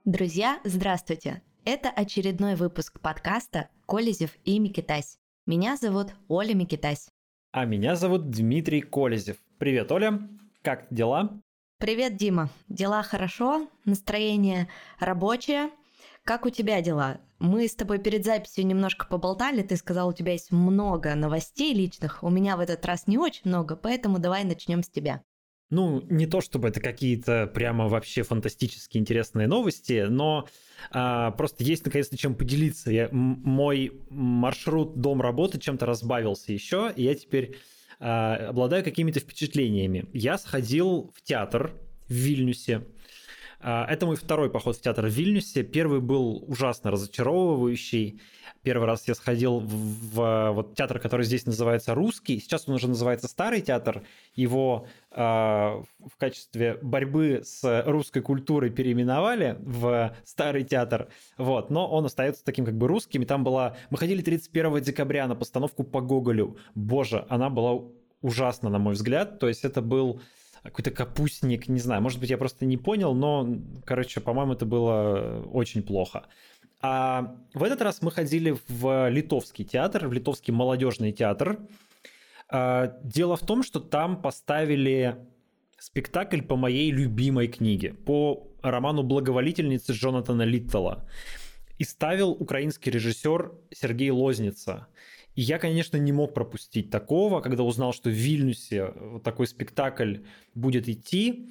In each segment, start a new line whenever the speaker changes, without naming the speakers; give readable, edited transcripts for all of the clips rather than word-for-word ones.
Друзья, здравствуйте! Это очередной выпуск подкаста «Колезев и Микитась». Меня зовут Оля Микитась.
А меня зовут Дмитрий Колезев. Привет, Оля. Как дела?
Привет, Дима. Дела хорошо, настроение рабочее. Как у тебя дела? Мы с тобой перед записью немножко поболтали, ты сказал, у тебя есть много новостей личных, у меня в этот раз не очень много, поэтому давай начнем с тебя.
Не то чтобы это какие-то прямо вообще фантастически интересные новости, но просто есть наконец-то чем поделиться. Мой маршрут дом-работы чем-то разбавился еще, и я теперь обладаю какими-то впечатлениями. Я сходил в театр в Вильнюсе. Это мой второй поход в театр в Вильнюсе. Первый был ужасно разочаровывающий. Первый раз я сходил в театр, который здесь называется «Русский». Сейчас он уже называется «Старый театр». Его в качестве борьбы с русской культурой переименовали в «Старый театр». Но он остается таким как бы русским. И там мы ходили 31 декабря на постановку по Гоголю. Боже, она была ужасна, на мой взгляд. То есть это был какой-то капустник, не знаю, может быть, я просто не понял, но, по-моему, это было очень плохо. А в этот раз мы ходили в Литовский театр, в Литовский молодежный театр. Дело в том, что там поставили спектакль по моей любимой книге, по роману «Благоволительницы» Джонатана Литтла. И ставил украинский режиссер Сергей Лозница. И я, конечно, не мог пропустить такого, когда узнал, что в Вильнюсе вот такой спектакль будет идти.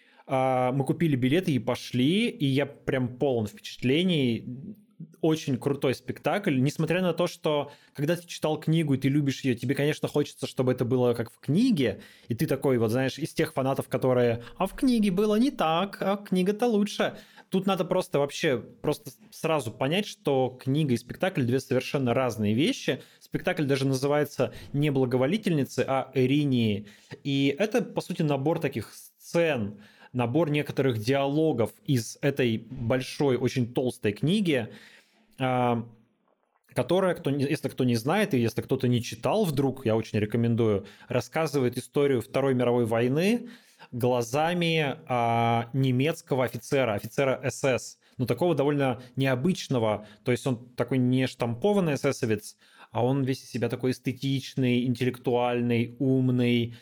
Мы купили билеты и пошли, и я прям полон впечатлений. Очень крутой спектакль, несмотря на то, что когда ты читал книгу и ты любишь ее, тебе, конечно, хочется, чтобы это было как в книге, и ты такой, из тех фанатов, которые «а в книге было не так, а книга-то лучше». Тут надо просто сразу понять, что книга и спектакль – две совершенно разные вещи. Спектакль даже называется не «Благоволительницы», а «Эринии». И это, по сути, набор таких сцен, набор некоторых диалогов из этой большой, очень толстой книги, которая, если кто не знает, и если кто-то не читал вдруг, я очень рекомендую, рассказывает историю Второй мировой войны глазами немецкого офицера СС, но такого довольно необычного, то есть он такой не штампованный эсэсовец, а он весь из себя такой эстетичный, интеллектуальный, умный,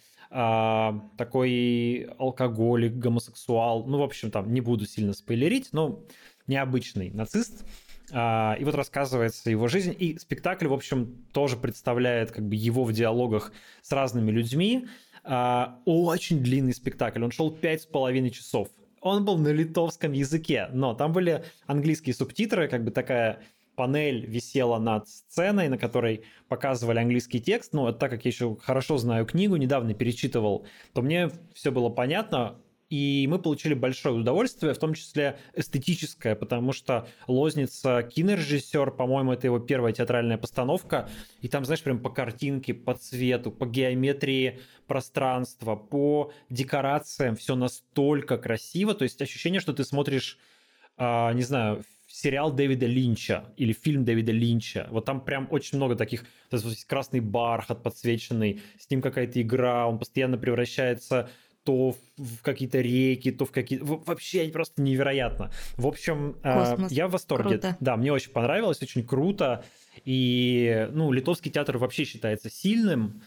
такой алкоголик, гомосексуал, в общем, там не буду сильно спойлерить, но необычный нацист. И вот рассказывается его жизнь, и спектакль, в общем, тоже представляет как бы его в диалогах с разными людьми. Очень длинный спектакль, он шел 5,5 часов. Он был на литовском языке, но там были английские субтитры, как бы такая панель висела над сценой, на которой показывали английский текст. Так как я еще хорошо знаю книгу, недавно перечитывал, то мне все было понятно, и мы получили большое удовольствие, в том числе эстетическое, потому что Лозница кинорежиссер, по-моему, это его первая театральная постановка, и там, знаешь, прям по картинке, по цвету, по геометрии пространства, по декорациям все настолько красиво, то есть ощущение, что ты смотришь, не знаю, сериал Дэвида Линча или фильм Дэвида Линча. Вот там прям очень много таких, то есть красный бархат подсвеченный, с ним какая-то игра, он постоянно превращается то в какие-то реки, то в какие-то... Вообще просто невероятно. В общем, я в восторге.
Круто.
Да, мне очень понравилось, очень круто. И, литовский театр вообще считается сильным.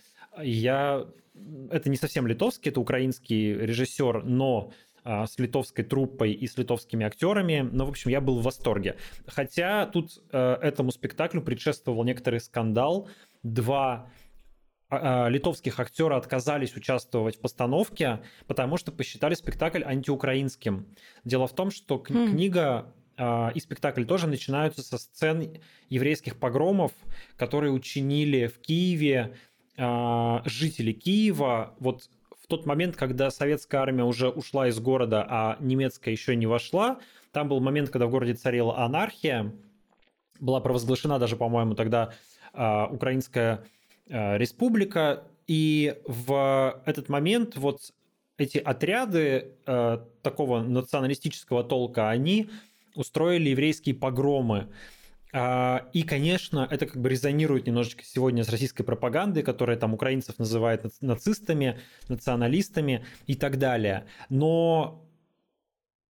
Это не совсем литовский, это украинский режиссер, но с литовской труппой и с литовскими актерами. В общем, я был в восторге. Хотя тут этому спектаклю предшествовал некоторый скандал. Два литовских актера отказались участвовать в постановке, потому что посчитали спектакль антиукраинским. Дело в том, что книга и спектакль тоже начинаются со сцен еврейских погромов, которые учинили в Киеве жители Киева. Вот в тот момент, когда советская армия уже ушла из города, а немецкая еще не вошла, там был момент, когда в городе царила анархия. Была провозглашена даже, по-моему, тогда украинская республика, и в этот момент вот эти отряды такого националистического толка, они устроили еврейские погромы. И, конечно, это как бы резонирует немножечко сегодня с российской пропагандой, которая там украинцев называет нацистами, националистами и так далее. Но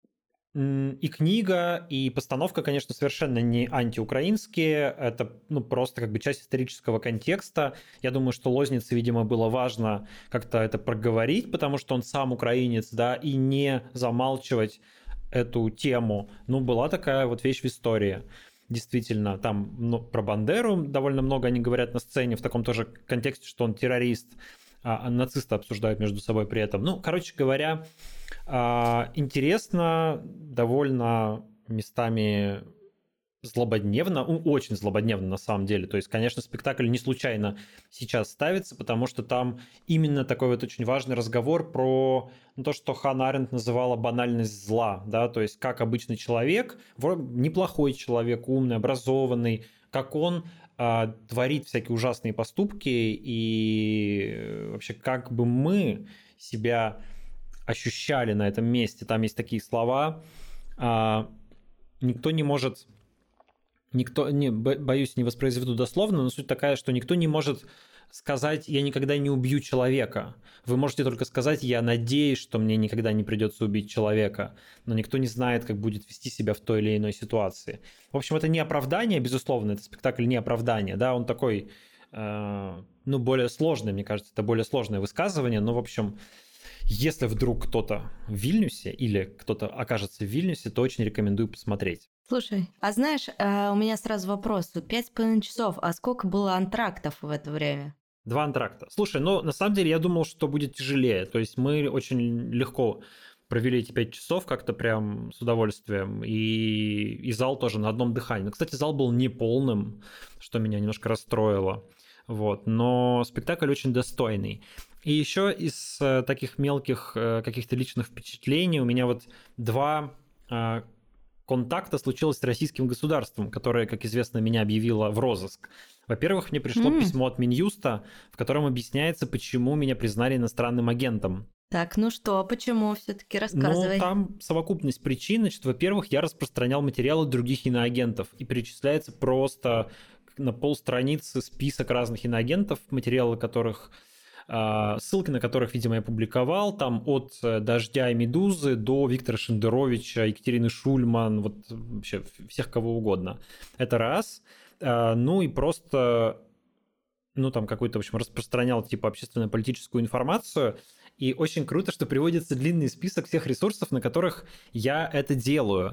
И книга, и постановка, конечно, совершенно не антиукраинские. Это, ну, просто как бы часть исторического контекста. Я думаю, что Лознице, видимо, было важно как-то это проговорить, потому что он сам украинец, да, и не замалчивать эту тему. Ну, была такая вот вещь в истории. Действительно, там, ну, про Бандеру довольно много они говорят на сцене в таком тоже контексте, что он террорист, а нацисты обсуждают между собой при этом. Ну, короче говоря, интересно, довольно местами злободневно, очень злободневно на самом деле. То есть, конечно, спектакль не случайно сейчас ставится, потому что там именно такой вот очень важный разговор про то, что Ханна Аренд называла банальность зла, да, то есть как обычный человек, неплохой человек, умный, образованный, как он творит всякие ужасные поступки, и вообще как бы мы себя ощущали на этом месте. Там есть такие слова: никто не может, боюсь, не воспроизведу дословно, но суть такая, что никто не может сказать: я никогда не убью человека. Вы можете только сказать: я надеюсь, что мне никогда не придется убить человека, но никто не знает, как будет вести себя в той или иной ситуации. В общем, это не оправдание, безусловно, это спектакль не оправдание, да, он такой, ну, более сложный, мне кажется, это более сложное высказывание, но, в общем, если вдруг кто-то в Вильнюсе или кто-то окажется в Вильнюсе, то очень рекомендую посмотреть.
Слушай, а знаешь, у меня сразу вопрос. 5,5 часов, а сколько было антрактов в это время?
2 антракта. Слушай, ну, на самом деле, я думал, что будет тяжелее. То есть мы очень легко провели эти 5 часов как-то прям с удовольствием. И зал тоже на одном дыхании. Но, кстати, зал был неполным, что меня немножко расстроило. Вот. Но спектакль очень достойный. И еще из таких мелких каких-то личных впечатлений у меня вот 2 контакта случилось с российским государством, которое, как известно, меня объявило в розыск. Во-первых, мне пришло письмо от Минюста, в котором объясняется, почему меня признали иностранным агентом.
Так, ну что, почему все-таки рассказывай?
Ну, там совокупность причин. Значит, во-первых, я распространял материалы других иноагентов, и перечисляется просто на полстраницы список разных иноагентов, материалы которых, ссылки на которых, видимо, я публиковал, там от «Дождя» и «Медузы» до Виктора Шендеровича, Екатерины Шульман, вот вообще всех кого угодно. Это раз. Ну и просто, ну там какой-то, в общем, распространял типа общественно-политическую информацию. И очень круто, что приводится длинный список всех ресурсов, на которых я это делаю.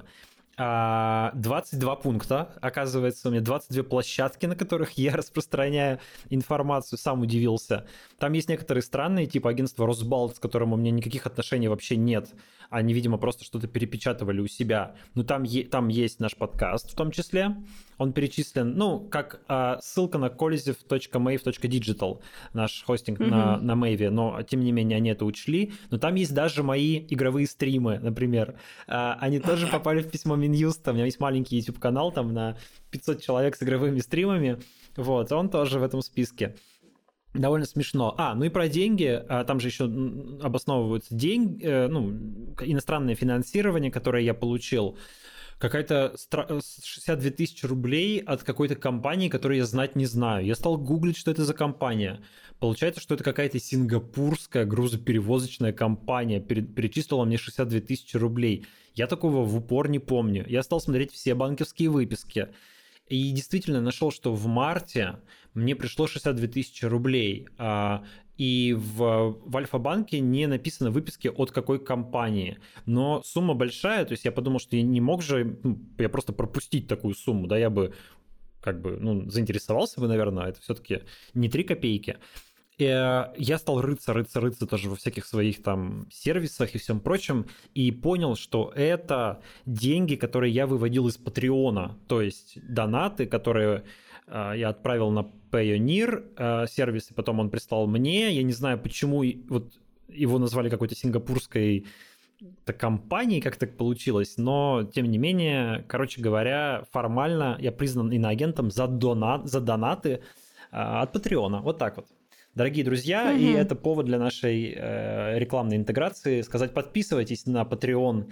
22 пункта, оказывается, у меня 22 площадки, на которых я распространяю информацию, сам удивился. Там есть некоторые странные, типа агентство Росбалт, с которым у меня никаких отношений вообще нет. Они, видимо, просто что-то перепечатывали у себя. Но там есть наш подкаст в том числе. Он перечислен, ну, как ссылка на kolesev.mave.digital, наш хостинг на Mave, но, тем не менее, они это учли. Но там есть даже мои игровые стримы, например. Они тоже попали в письмо Минюста. У меня есть маленький YouTube-канал там на 500 человек с игровыми стримами. Вот, он тоже в этом списке. Довольно смешно. Ну и про деньги. Там же еще обосновываются деньги, ну, иностранное финансирование, которое я получил. Какая-то 62 тысячи рублей от какой-то компании, которую я знать не знаю. Я стал гуглить, что это за компания. Получается, что это какая-то сингапурская грузоперевозочная компания. Перечислила мне 62 тысячи рублей. Я такого в упор не помню. Я стал смотреть все банковские выписки. И действительно нашел, что в марте мне пришло 62 тысячи рублей. И в Альфа-банке не написано выписки от какой компании. Но сумма большая, то есть я подумал, что я не мог же я просто пропустить такую сумму, да, я бы как бы, ну, заинтересовался бы, наверное, это все-таки не 3 копейки. И я стал рыться тоже во всяких своих там сервисах и всем прочем, и понял, что это деньги, которые я выводил из Патреона, то есть донаты, которые я отправил на Payoneer сервис, и потом он прислал мне. Я не знаю, почему вот его назвали какой-то сингапурской компанией, как так получилось, но тем не менее, короче говоря, формально я признан иноагентом за донаты от Патреона. Вот так вот. Дорогие друзья, и это повод для нашей рекламной интеграции сказать: подписывайтесь на Patreon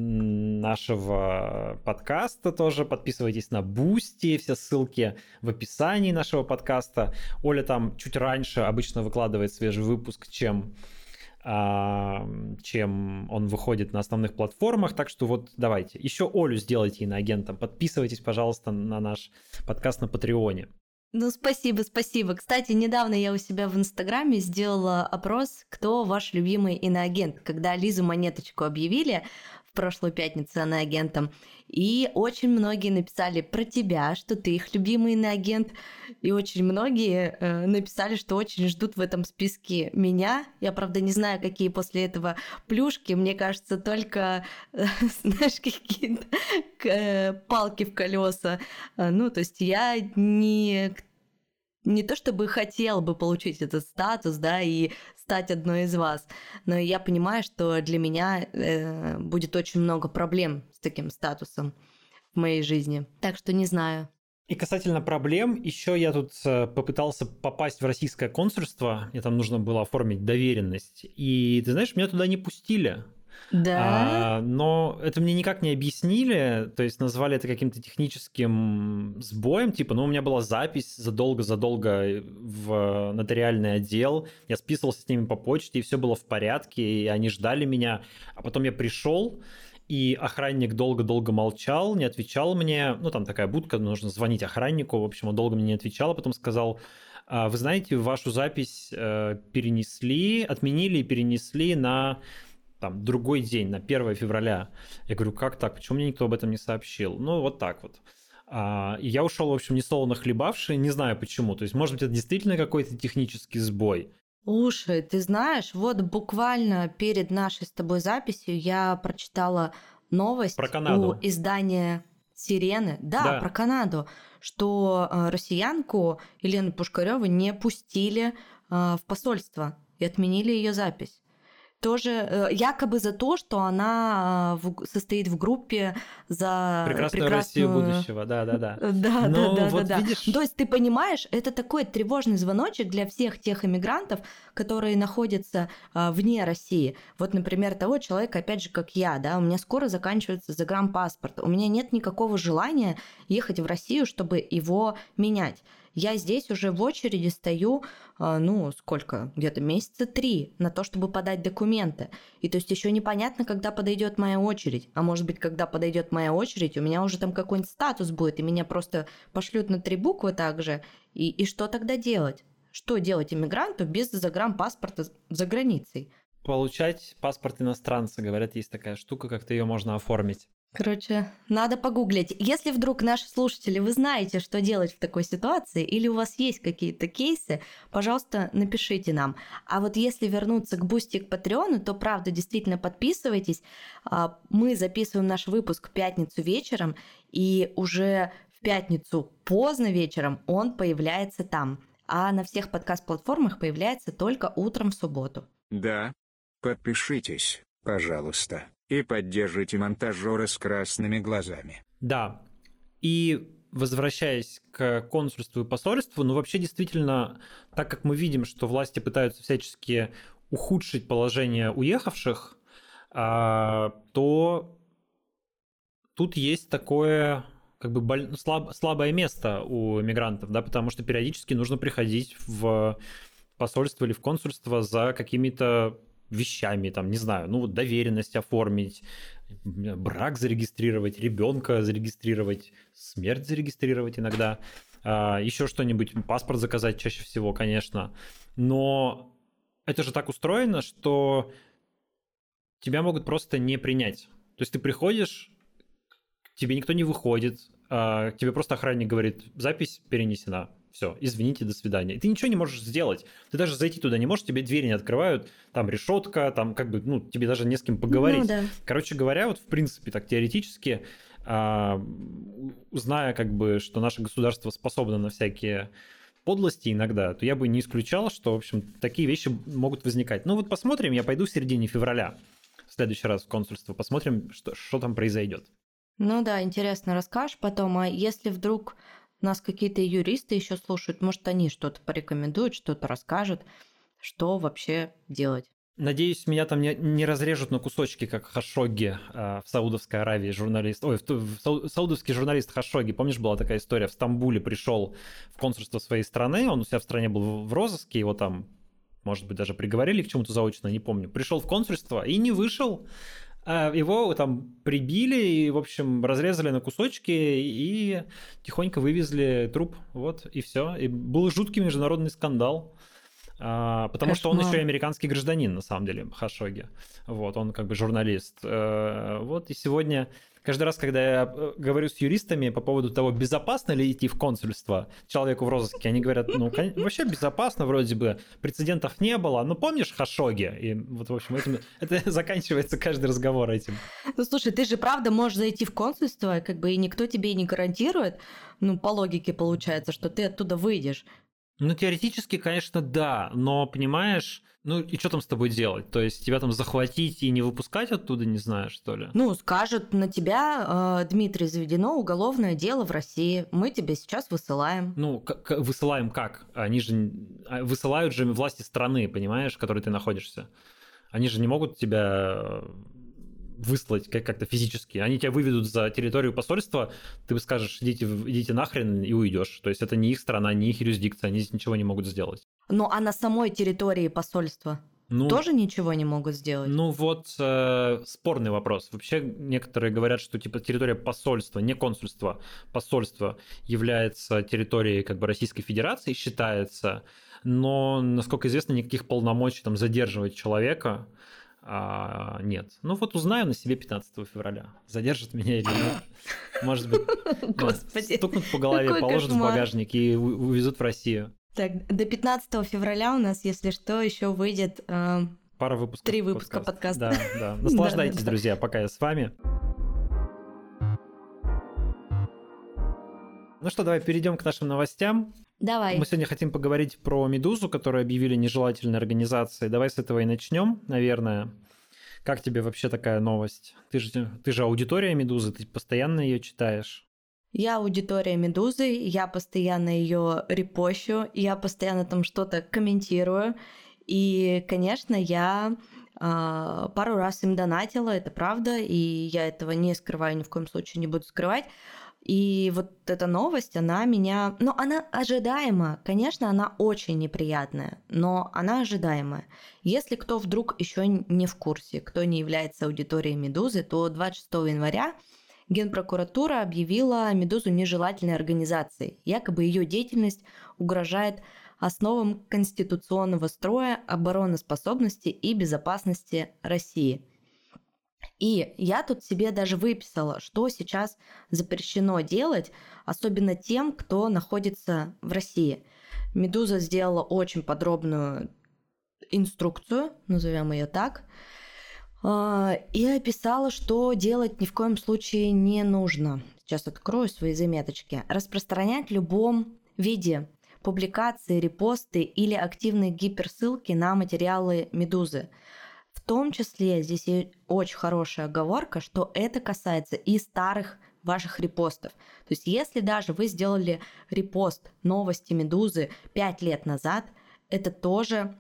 нашего подкаста тоже, подписывайтесь на Boosty, все ссылки в описании нашего подкаста. Оля там чуть раньше обычно выкладывает свежий выпуск, чем чем он выходит на основных платформах. Так что вот давайте. Еще Олю сделайте иноагентом. Подписывайтесь, пожалуйста, на наш подкаст на Патреоне.
Ну, спасибо, спасибо. Кстати, недавно я у себя в Инстаграме сделала опрос, кто ваш любимый иноагент, когда Лизу Монеточку объявили в прошлую пятницу иноагентом, и очень многие написали про тебя, что ты их любимый иноагент, и очень многие написали, что очень ждут в этом списке меня. Я, правда, не знаю, какие после этого плюшки, мне кажется, только, знаешь, какие-то палки в колеса. Ну, то есть я не то чтобы хотел бы получить этот статус, да, и стать одной из вас, но я понимаю, что для меня будет очень много проблем с таким статусом в моей жизни. Так что не знаю.
И касательно проблем, еще я тут попытался попасть в российское консульство, мне там нужно было оформить доверенность, и ты знаешь, меня туда не пустили.
Да.
Но это мне никак не объяснили, то есть назвали это каким-то техническим сбоем, типа, ну, у меня была запись задолго в нотариальный отдел, я списывался с ними по почте, и все было в порядке, и они ждали меня, а потом я пришел, и охранник долго-долго молчал, не отвечал мне, ну, там такая будка, нужно звонить охраннику, в общем, он долго мне не отвечал, а потом сказал: вы знаете, вашу запись отменили и перенесли на там другой день, на 1 февраля. Я говорю, как так? Почему мне никто об этом не сообщил? Ну, вот так вот. И я ушел, в общем, несолоно хлебавший, не знаю почему. То есть, может быть, это действительно какой-то технический сбой.
Слушай, ты знаешь, вот буквально перед нашей с тобой записью я прочитала новость
Про Канаду.
у издания «Сирены», да, про Канаду, что россиянку Елену Пушкареву не пустили в посольство и отменили ее запись. Тоже якобы за то, что она состоит в группе за
прекрасную Россию будущего, да-да-да.
Да. Видишь... То есть ты понимаешь, это такой тревожный звоночек для всех тех иммигрантов, которые находятся вне России. Вот, например, того человека, опять же, как я, да, у меня скоро заканчивается загранпаспорт, у меня нет никакого желания ехать в Россию, чтобы его менять. Я здесь уже в очереди стою, ну, сколько, где-то месяца 3 на то, чтобы подать документы. И то есть еще непонятно, когда подойдет моя очередь. А может быть, когда подойдет моя очередь, у меня уже там какой-нибудь статус будет, и меня просто пошлют на 3 буквы также. И что тогда делать? Что делать иммигранту без загранпаспорта за границей?
Получать паспорт иностранца. Говорят, есть такая штука, как-то ее можно оформить.
Короче, надо погуглить. Если вдруг наши слушатели, вы знаете, что делать в такой ситуации, или у вас есть какие-то кейсы, пожалуйста, напишите нам. А вот если вернуться к Бусти и к Патреону, то правда, действительно подписывайтесь. Мы записываем наш выпуск в пятницу вечером, и уже в пятницу поздно вечером он появляется там. А на всех подкаст-платформах появляется только утром в субботу.
Да. Подпишитесь, пожалуйста. И поддержите монтажера с красными глазами.
Да. И возвращаясь к консульству и посольству, ну вообще действительно, так как мы видим, что власти пытаются всячески ухудшить положение уехавших, то тут есть такое как бы слабое место у мигрантов, да, потому что периодически нужно приходить в посольство или в консульство за какими-то вещами, там, не знаю, ну вот доверенность оформить, брак зарегистрировать, ребенка зарегистрировать, смерть зарегистрировать иногда, еще что-нибудь, паспорт заказать чаще всего, конечно. Но это же так устроено, что тебя могут просто не принять. То есть ты приходишь, к тебе никто не выходит, тебе просто охранник говорит, запись перенесена. Все, извините, до свидания. И ты ничего не можешь сделать. Ты даже зайти туда не можешь, тебе двери не открывают, там решетка, там как бы, ну, тебе даже не с кем поговорить.
Ну, да.
Короче говоря, вот в принципе, так теоретически, зная как бы, что наше государство способно на всякие подлости иногда, то я бы не исключал, что, в общем, такие вещи могут возникать. Ну вот посмотрим, я пойду в середине февраля в следующий раз в консульство, посмотрим, что там произойдет.
Ну да, интересно, расскажешь потом, а если вдруг нас какие-то юристы еще слушают, может, они что-то порекомендуют, что-то расскажут, что вообще делать.
Надеюсь, меня там не разрежут на кусочки, как Хашогги в Саудовской Аравии журналист. Ой, саудовский журналист Хашогги. Помнишь, была такая история? В Стамбуле пришел в консульство своей страны, он у себя в стране был в розыске, его там может быть, даже приговорили к чему-то заочно, не помню, пришел в консульство и не вышел. Его там прибили и, в общем, разрезали на кусочки и тихонько вывезли труп. Вот, и все. И был жуткий международный скандал. Потому что он еще и американский гражданин, на самом деле, Хашогги. Вот, он как бы журналист. Вот, и сегодня, каждый раз, когда я говорю с юристами по поводу того, безопасно ли идти в консульство человеку в розыске, они говорят, ну, вообще безопасно вроде бы, прецедентов не было. Ну, помнишь Хашогги? И вот, в общем, это заканчивается каждый разговор этим.
Ну, слушай, ты же правда можешь зайти в консульство, как бы, и никто тебе и не гарантирует, ну, по логике получается, что ты оттуда выйдешь.
Ну, теоретически, конечно, да, но, понимаешь, ну и что там с тобой делать? То есть тебя там захватить и не выпускать оттуда, не знаю, что ли?
Ну, скажут, на тебя, Дмитрий, заведено уголовное дело в России, мы тебя сейчас высылаем.
Ну, высылаем как? Они же высылают же власти страны, понимаешь, в которой ты находишься. Они же не могут тебя выслать как-то физически. Они тебя выведут за территорию посольства, ты скажешь, идите нахрен и уйдешь. То есть это не их страна, не их юрисдикция, они здесь ничего не могут сделать.
Ну, а на самой территории посольства тоже ничего не могут сделать?
Ну вот спорный вопрос. Вообще некоторые говорят, что типа территория посольства, не консульства, посольство является территорией как бы Российской Федерации, считается, но, насколько известно, никаких полномочий там задерживать человека нет. Ну вот узнаю на себе 15 февраля. Задержат меня или нет. Может быть, стукнут по голове, положат в багажник и увезут в Россию.
Так, до 15 февраля у нас, если что, еще выйдет
пара выпусков.
3 выпуска подкаста.
Да. Наслаждайтесь, друзья, пока я с вами. Ну что, давай перейдем к нашим новостям.
Давай.
Мы сегодня хотим поговорить про «Медузу», которую объявили нежелательной организацией. Давай с этого и начнем, наверное. Как тебе вообще такая новость? Ты же аудитория «Медузы», ты постоянно ее читаешь.
Я аудитория «Медузы», я постоянно ее репощу, я постоянно там что-то комментирую. И, конечно, я пару раз им донатила, это правда, и я этого не скрываю, ни в коем случае не буду скрывать. И вот эта новость, она меня... Ну, она ожидаема. Конечно, она очень неприятная, но она ожидаемая. Если кто вдруг еще не в курсе, кто не является аудиторией «Медузы», то 26 января Генпрокуратура объявила «Медузу» нежелательной организацией. Якобы ее деятельность угрожает основам конституционного строя, обороноспособности и безопасности России. И я тут себе даже выписала, что сейчас запрещено делать, особенно тем, кто находится в России. «Медуза» сделала очень подробную инструкцию, назовем ее так, и описала, что делать ни в коем случае не нужно. Сейчас открою свои заметочки. Распространять в любом виде публикации, репосты или активные гиперссылки на материалы «Медузы». В том числе здесь есть очень хорошая оговорка, что это касается и старых ваших репостов. То есть если даже вы сделали репост новости «Медузы» 5 лет назад, это тоже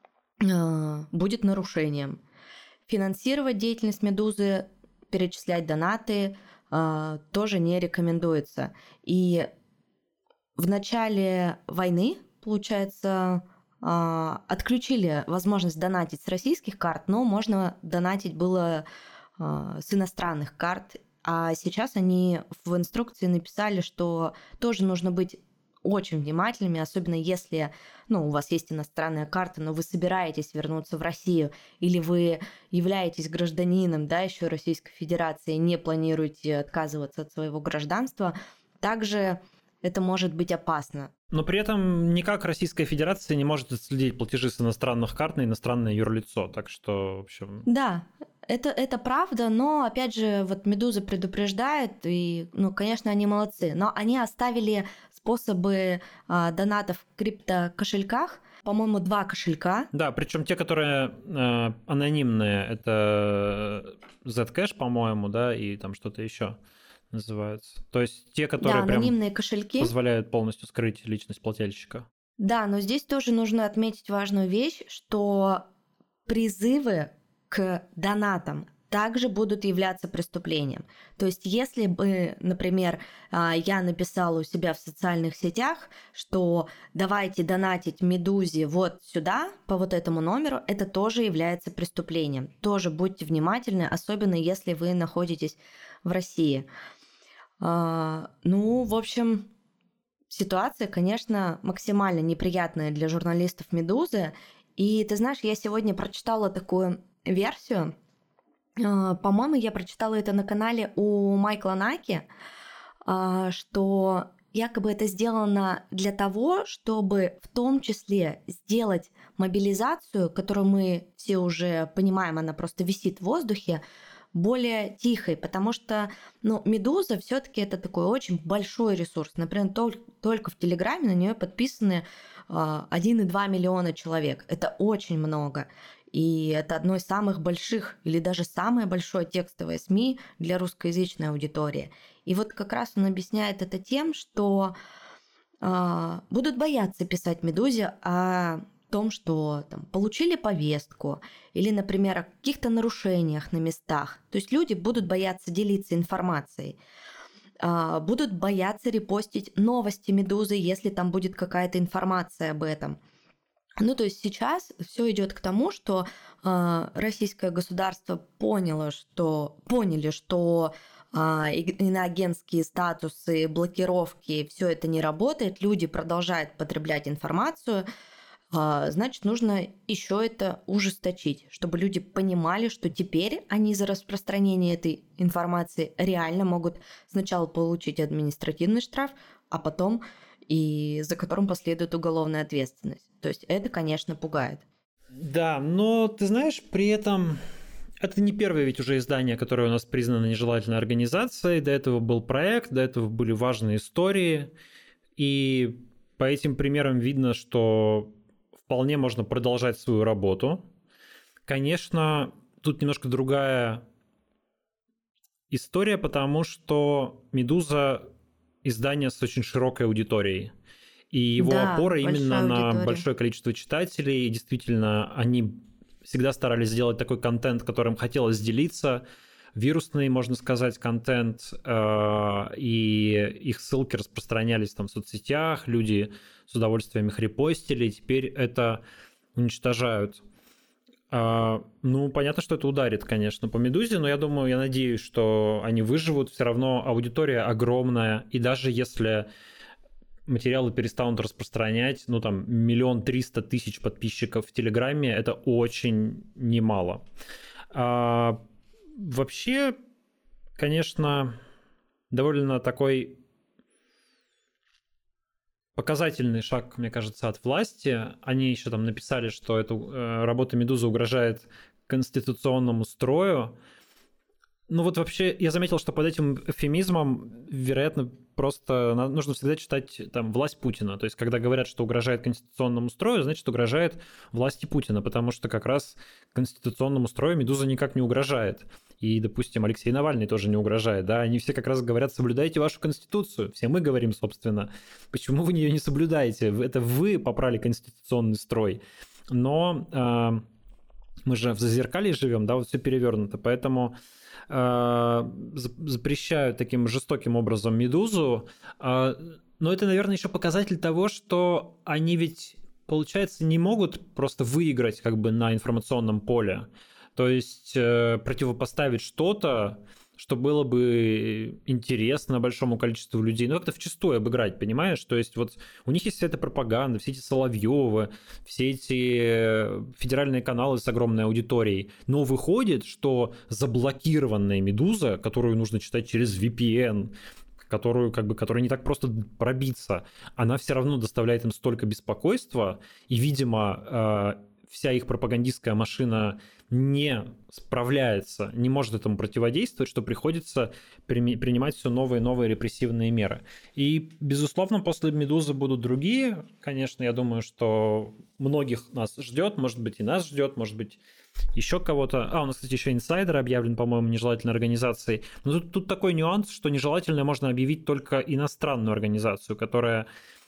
будет нарушением. Финансировать деятельность «Медузы», перечислять донаты тоже не рекомендуется. И в начале войны, получается, отключили возможность донатить с российских карт, но можно донатить было с иностранных карт. А сейчас они в инструкции написали, что тоже нужно быть очень внимательными, особенно если у вас есть иностранная карта, но вы собираетесь вернуться в Россию, или вы являетесь гражданином, еще Российской Федерации, не планируете отказываться от своего гражданства, также это может быть опасно.
Но при этом никак Российская Федерация не может отследить платежи с иностранных карт на иностранное юрлицо, так что, в общем...
Да, это правда, но, опять же, вот «Медуза» предупреждает, и, конечно, они молодцы, но они оставили способы донатов в криптокошельках, по-моему, 2 кошелька.
Да, причем те, которые анонимные, это Zcash, по-моему, да, и там что-то еще называются. То есть те, которые
анонимные кошельки
позволяют полностью скрыть личность плательщика.
Да, но здесь тоже нужно отметить важную вещь, что призывы к донатам также будут являться преступлением. То есть если бы, например, я написала у себя в социальных сетях, что давайте донатить «Медузе» вот сюда, по вот этому номеру, это тоже является преступлением. Тоже будьте внимательны, особенно если вы находитесь в России. В общем, ситуация, конечно, максимально неприятная для журналистов «Медузы». И ты знаешь, я сегодня прочитала такую версию. По-моему, я прочитала это на канале у Майкла Наки, что якобы это сделано для того, чтобы в том числе сделать мобилизацию, которую мы все уже понимаем, она просто висит в воздухе, более тихой, потому что «Медуза» все-таки это такой очень большой ресурс. Например, только в Телеграме на нее подписаны 1,2 миллиона человек. Это очень много. И это одно из самых больших или даже самое большое текстовое СМИ для русскоязычной аудитории. И вот как раз он объясняет это тем, что будут бояться писать «Медузе» о том, что получили повестку или, например, о каких-то нарушениях на местах. То есть люди будут бояться делиться информацией, будут бояться репостить новости «Медузы», если там будет какая-то информация об этом. То есть сейчас все идет к тому, что российское государство поняли, что иноагентские статусы, блокировки, все это не работает, люди продолжают потреблять информацию, значит, нужно еще это ужесточить, чтобы люди понимали, что теперь они за распространение этой информации реально могут сначала получить административный штраф, а потом и за которым последует уголовная ответственность. То есть это, конечно, пугает.
Да, но ты знаешь, при этом это не первое ведь уже издание, которое у нас признано нежелательной организацией. До этого был проект, до этого были важные истории. И по этим примерам видно, что вполне можно продолжать свою работу. Конечно, тут немножко другая история, потому что «Медуза» издание с очень широкой аудиторией. И его опора именно на большое количество читателей. И действительно, они всегда старались сделать такой контент, которым хотелось делиться. Вирусный, можно сказать, контент. И их ссылки распространялись в соцсетях. Люди с удовольствием их репостили. Теперь это уничтожают. Понятно, что это ударит, конечно, по «Медузе», но я надеюсь, что они выживут. Все равно аудитория огромная, и даже если материалы перестанут распространять, 1 300 000 подписчиков в Телеграме, это очень немало. Вообще, конечно, довольно такой показательный шаг, мне кажется, от власти. Они еще написали, что работа «Медузы» угрожает конституционному строю. Вообще, я заметил, что под этим эвфемизмом, вероятно, просто нужно всегда читать власть Путина. То есть, когда говорят, что угрожает конституционному строю, значит, угрожает власти Путина, потому что как раз конституционному строю «Медуза» никак не угрожает. И, допустим, Алексей Навальный тоже не угрожает, да, они все как раз говорят: соблюдайте вашу конституцию. Все мы говорим, собственно, почему вы ее не соблюдаете? Это вы попрали конституционный строй. Но мы же в зазеркалье живем, да, все перевернуто, поэтому запрещают таким жестоким образом «Медузу». Но это, наверное, еще показатель того, что они ведь, получается, не могут просто выиграть на информационном поле. То есть противопоставить что-то, что было бы интересно большому количеству людей, как-то вчистую обыграть, понимаешь? То есть у них есть вся эта пропаганда, все эти Соловьёвы, все эти федеральные каналы с огромной аудиторией. Но выходит, что заблокированная «Медуза», которую нужно читать через VPN, которой не так просто пробиться, она все равно доставляет им столько беспокойства, и, видимо, вся их пропагандистская машина не справляется, не может этому противодействовать, что приходится принимать все новые и новые репрессивные меры. И, безусловно, после «Медузы» будут другие. Конечно, я думаю, что многих нас ждет, может быть, и нас ждет, может быть, еще кого-то. У нас, кстати, еще «Инсайдер» объявлен, по-моему, нежелательной организацией. Но тут такой нюанс, что нежелательной можно объявить только иностранную организацию, которая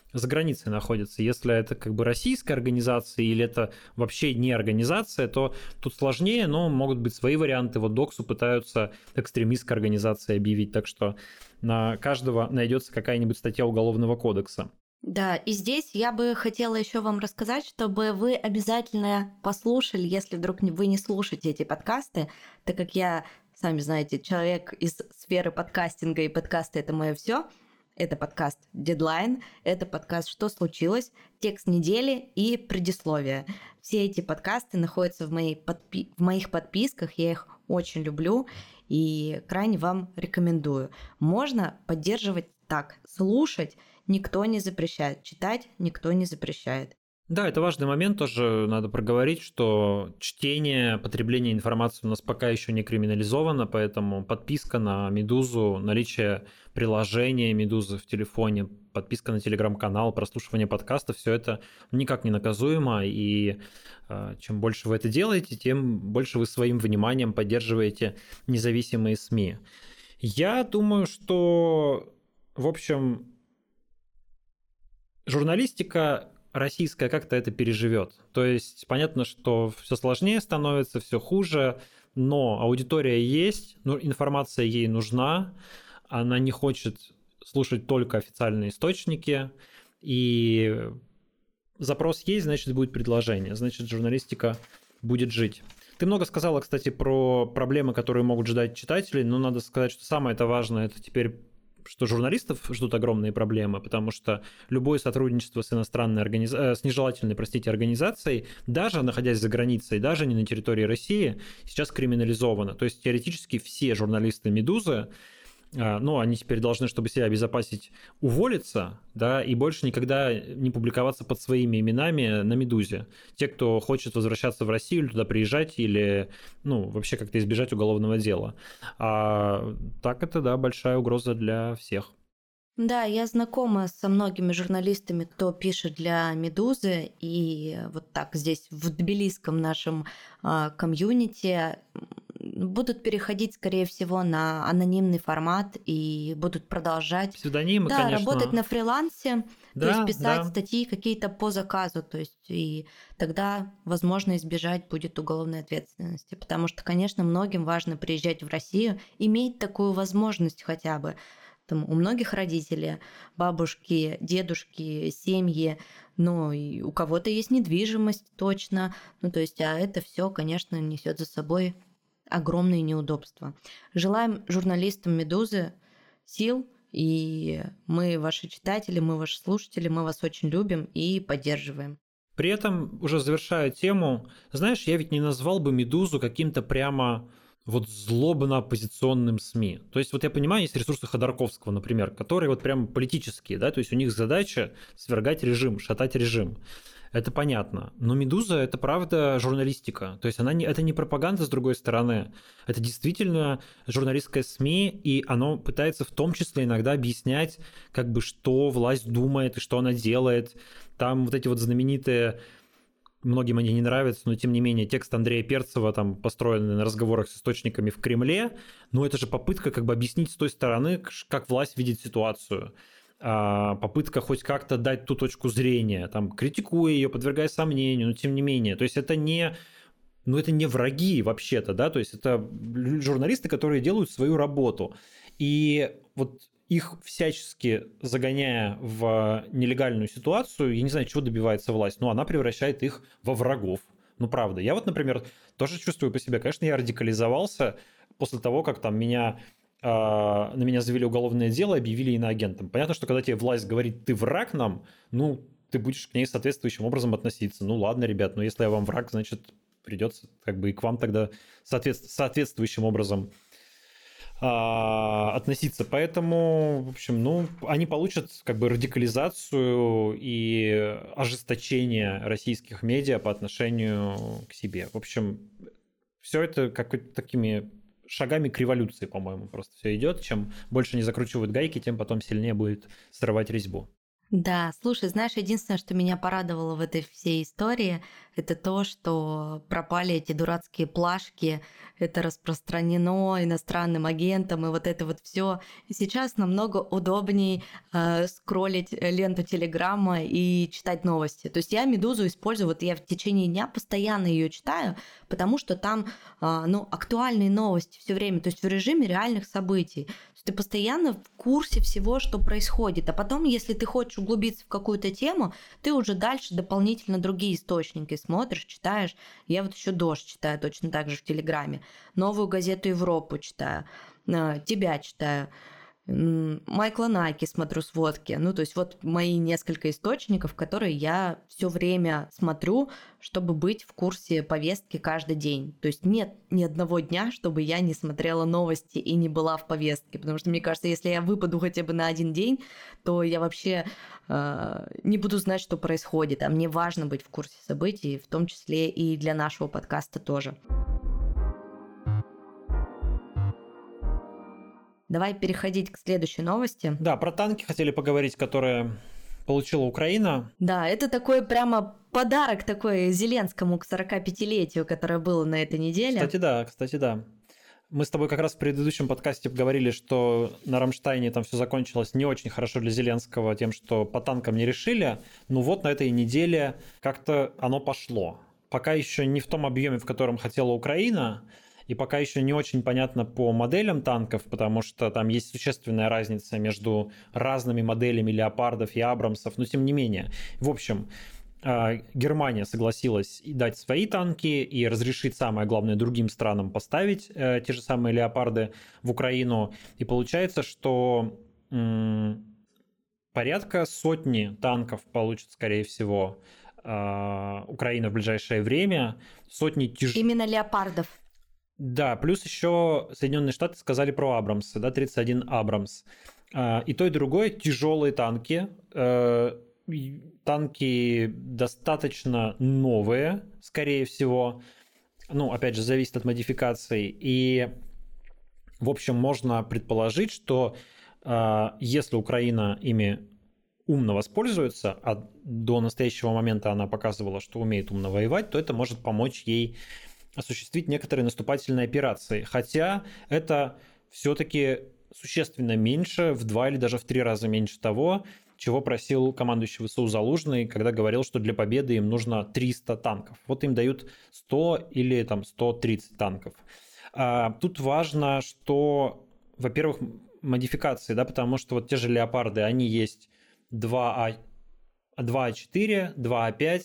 за границей находятся. Если это как бы российская организация или это вообще не организация, то тут сложнее, но могут быть свои варианты. Вот Доксу пытаются экстремистской организацией объявить, так что на каждого найдется какая-нибудь статья Уголовного кодекса.
Да, и здесь я бы хотела еще вам рассказать, чтобы вы обязательно послушали, если вдруг вы не слушаете эти подкасты, так как я, сами знаете, человек из сферы подкастинга, и подкасты — это мое все. Это подкаст «Дедлайн», это подкаст «Что случилось?», «Текст недели» и «Предисловие». Все эти подкасты находятся в моих подписках, я их очень люблю и крайне вам рекомендую. Можно поддерживать так, слушать никто не запрещает, читать никто не запрещает.
Да, это важный момент, тоже надо проговорить, что чтение, потребление информации у нас пока еще не криминализовано, поэтому подписка на «Медузу», наличие приложения «Медузы» в телефоне, подписка на телеграм-канал, прослушивание подкастов, все это никак не наказуемо, и чем больше вы это делаете, тем больше вы своим вниманием поддерживаете независимые СМИ. Я думаю, что, в общем, журналистика российская как-то это переживет. То есть понятно, что все сложнее становится, все хуже, но аудитория есть, но информация ей нужна, она не хочет слушать только официальные источники, и запрос есть, значит, будет предложение, значит, журналистика будет жить. Ты много сказала, кстати, про проблемы, которые могут ждать читателей, но надо сказать, что самое это важное, это теперь что журналистов ждут огромные проблемы, потому что любое сотрудничество с иностранной с нежелательной, организацией, даже находясь за границей, даже не на территории России, сейчас криминализовано. То есть теоретически все журналисты «Медузы», ну, они теперь должны, чтобы себя обезопасить, уволиться, да, и больше никогда не публиковаться под своими именами на «Медузе». Те, кто хочет возвращаться в Россию или туда приезжать, или, ну, вообще как-то избежать уголовного дела. А так это, да, большая угроза для всех.
Да, я знакома со многими журналистами, кто пишет для «Медузы», и вот так здесь в тбилисском нашем комьюнити будут переходить, скорее всего, на анонимный формат и будут продолжать
псевдонимы,
да,
конечно.
работать на фрилансе,
Да,
то есть писать
да.
статьи какие-то по заказу, то есть и тогда, возможно, избежать будет уголовной ответственности, потому что, конечно, многим важно приезжать в Россию, иметь такую возможность хотя бы. Там у многих родителей, бабушки, дедушки, семьи, ну и у кого-то есть недвижимость точно, ну то есть, а это все, конечно, несет за собой огромные неудобства. Желаем журналистам «Медузы» сил, и мы ваши читатели, мы ваши слушатели, мы вас очень любим и поддерживаем.
При этом, уже завершая тему, знаешь, я ведь не назвал бы «Медузу» каким-то прямо вот злобно-оппозиционным СМИ. То есть вот я понимаю, есть ресурсы Ходорковского, например, которые вот прям политические, да, то есть у них задача свергать режим, шатать режим. Это понятно. Но «Медуза» — это правда журналистика. То есть это не пропаганда, с другой стороны. Это действительно журналистское СМИ, и оно пытается в том числе иногда объяснять, как бы, что власть думает и что она делает. Там вот эти вот знаменитые, многим они не нравятся, но тем не менее текст Андрея Перцева, там, построенный на разговорах с источниками в Кремле, ну это же попытка как бы объяснить с той стороны, как власть видит ситуацию. Попытка хоть как-то дать ту точку зрения, там, критикуя ее, подвергая сомнению, но тем не менее. То есть это не враги вообще-то, да, то есть это журналисты, которые делают свою работу. И вот их всячески загоняя в нелегальную ситуацию, я не знаю, чего добивается власть, но она превращает их во врагов. Ну, правда. Я вот, например, тоже чувствую по себе, конечно, я радикализовался после того, как там на меня завели уголовное дело, объявили иноагентом. Понятно, что когда тебе власть говорит, ты враг нам, ну, ты будешь к ней соответствующим образом относиться. Ну, ладно, ребят, но если я вам враг, значит, придется как бы и к вам тогда соответствующим образом относиться. Поэтому, в общем, ну, они получат как бы радикализацию и ожесточение российских медиа по отношению к себе. В общем, все это как-то такими шагами к революции, по-моему, просто все идет. Чем больше не закручивают гайки, тем потом сильнее будет срывать резьбу.
Да, слушай, знаешь, единственное, что меня порадовало в этой всей истории, это то, что пропали эти дурацкие плашки, это распространено иностранным агентам, и вот это вот все. И сейчас намного удобней скроллить ленту Телеграма и читать новости. То есть я «Медузу» использую, вот я в течение дня постоянно ее читаю, потому что там актуальные новости все время, то есть в режиме реальных событий. То есть ты постоянно в курсе всего, что происходит. А потом, если ты хочешь углубиться в какую-то тему, ты уже дальше дополнительно другие источники смотришь, читаешь. Я вот еще «Дождь» читаю точно так же в Телеграме. Новую газету «Европу» читаю. Тебя читаю. Майкла Найки смотрю сводки. Ну, то есть вот мои несколько источников, которые я все время смотрю, чтобы быть в курсе повестки каждый день. То есть нет ни одного дня, чтобы я не смотрела новости и не была в повестке. Потому что, мне кажется, если я выпаду хотя бы на один день, то я вообще не буду знать, что происходит. А мне важно быть в курсе событий, в том числе и для нашего подкаста тоже. Давай переходить к следующей новости.
Да, про танки хотели поговорить, которые получила Украина.
Да, это такой прямо подарок такой Зеленскому к 45-летию, которое было на этой неделе.
Кстати, да. Мы с тобой как раз в предыдущем подкасте говорили, что на Рамштайне там все закончилось не очень хорошо для Зеленского тем, что по танкам не решили. Ну вот на этой неделе как-то оно пошло. Пока еще не в том объеме, в котором хотела Украина, и пока еще не очень понятно по моделям танков, потому что там есть существенная разница между разными моделями леопардов и абрамсов, но тем не менее. В общем, Германия согласилась дать свои танки и разрешить, самое главное, другим странам поставить те же самые леопарды в Украину. И получается, что порядка сотни танков получит, скорее всего, Украина в ближайшее время. Сотни
Именно леопардов.
Да, плюс еще Соединенные Штаты сказали про Абрамсы, да, 31 Абрамс. И то, и другое тяжелые танки. Танки достаточно новые, скорее всего. Ну, опять же, зависит от модификаций. И, в общем, можно предположить, что если Украина ими умно воспользуется, а до настоящего момента она показывала, что умеет умно воевать, то это может помочь ей осуществить некоторые наступательные операции. Хотя это все-таки существенно меньше, в 2 или даже в 3 раза меньше того, чего просил командующий ВСУ Залужный, когда говорил, что для победы им нужно 300 танков. Вот им дают 100 или там 130 танков. Тут важно, что, во-первых, модификации, да, потому что вот те же леопарды, они есть 2А4, 2А5,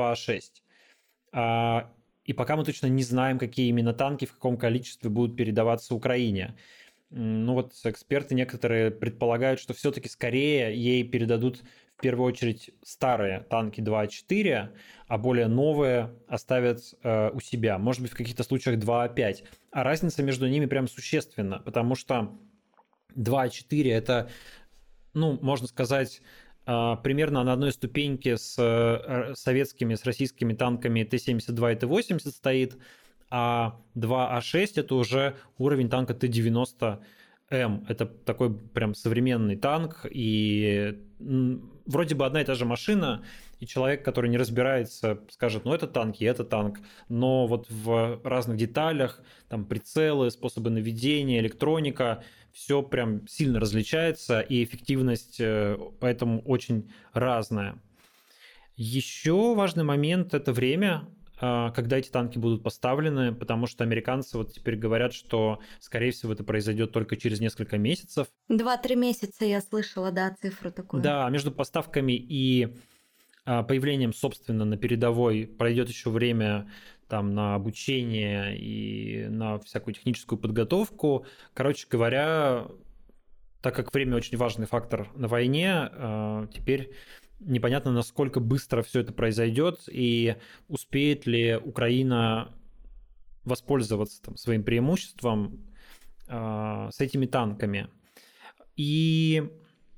2А6. И пока мы точно не знаем, какие именно танки в каком количестве будут передаваться Украине. Ну вот эксперты некоторые предполагают, что все-таки скорее ей передадут в первую очередь старые танки 2А4, а более новые оставят у себя. Может быть, в каких-то случаях 2А5. А разница между ними прям существенна, потому что 2А4 это, ну, можно сказать, примерно на одной ступеньке с советскими, с российскими танками Т-72 и Т-80 стоит, а 2А6 это уже уровень танка Т-90М. Это такой прям современный танк, и вроде бы одна и та же машина, и человек, который не разбирается, скажет, ну это танк, и это танк, но вот в разных деталях, там прицелы, способы наведения, электроника, все прям сильно различается, и эффективность поэтому очень разная. Еще важный момент – это время, когда эти танки будут поставлены, потому что американцы вот теперь говорят, что, скорее всего, это произойдет только через несколько месяцев.
2-3 месяца я слышала, да, цифру такую.
Да, между поставками и появлением, собственно, на передовой пройдет еще время там на обучение и на всякую техническую подготовку. Короче говоря, так как время очень важный фактор на войне, теперь непонятно, насколько быстро все это произойдет и успеет ли Украина воспользоваться там своим преимуществом с этими танками. И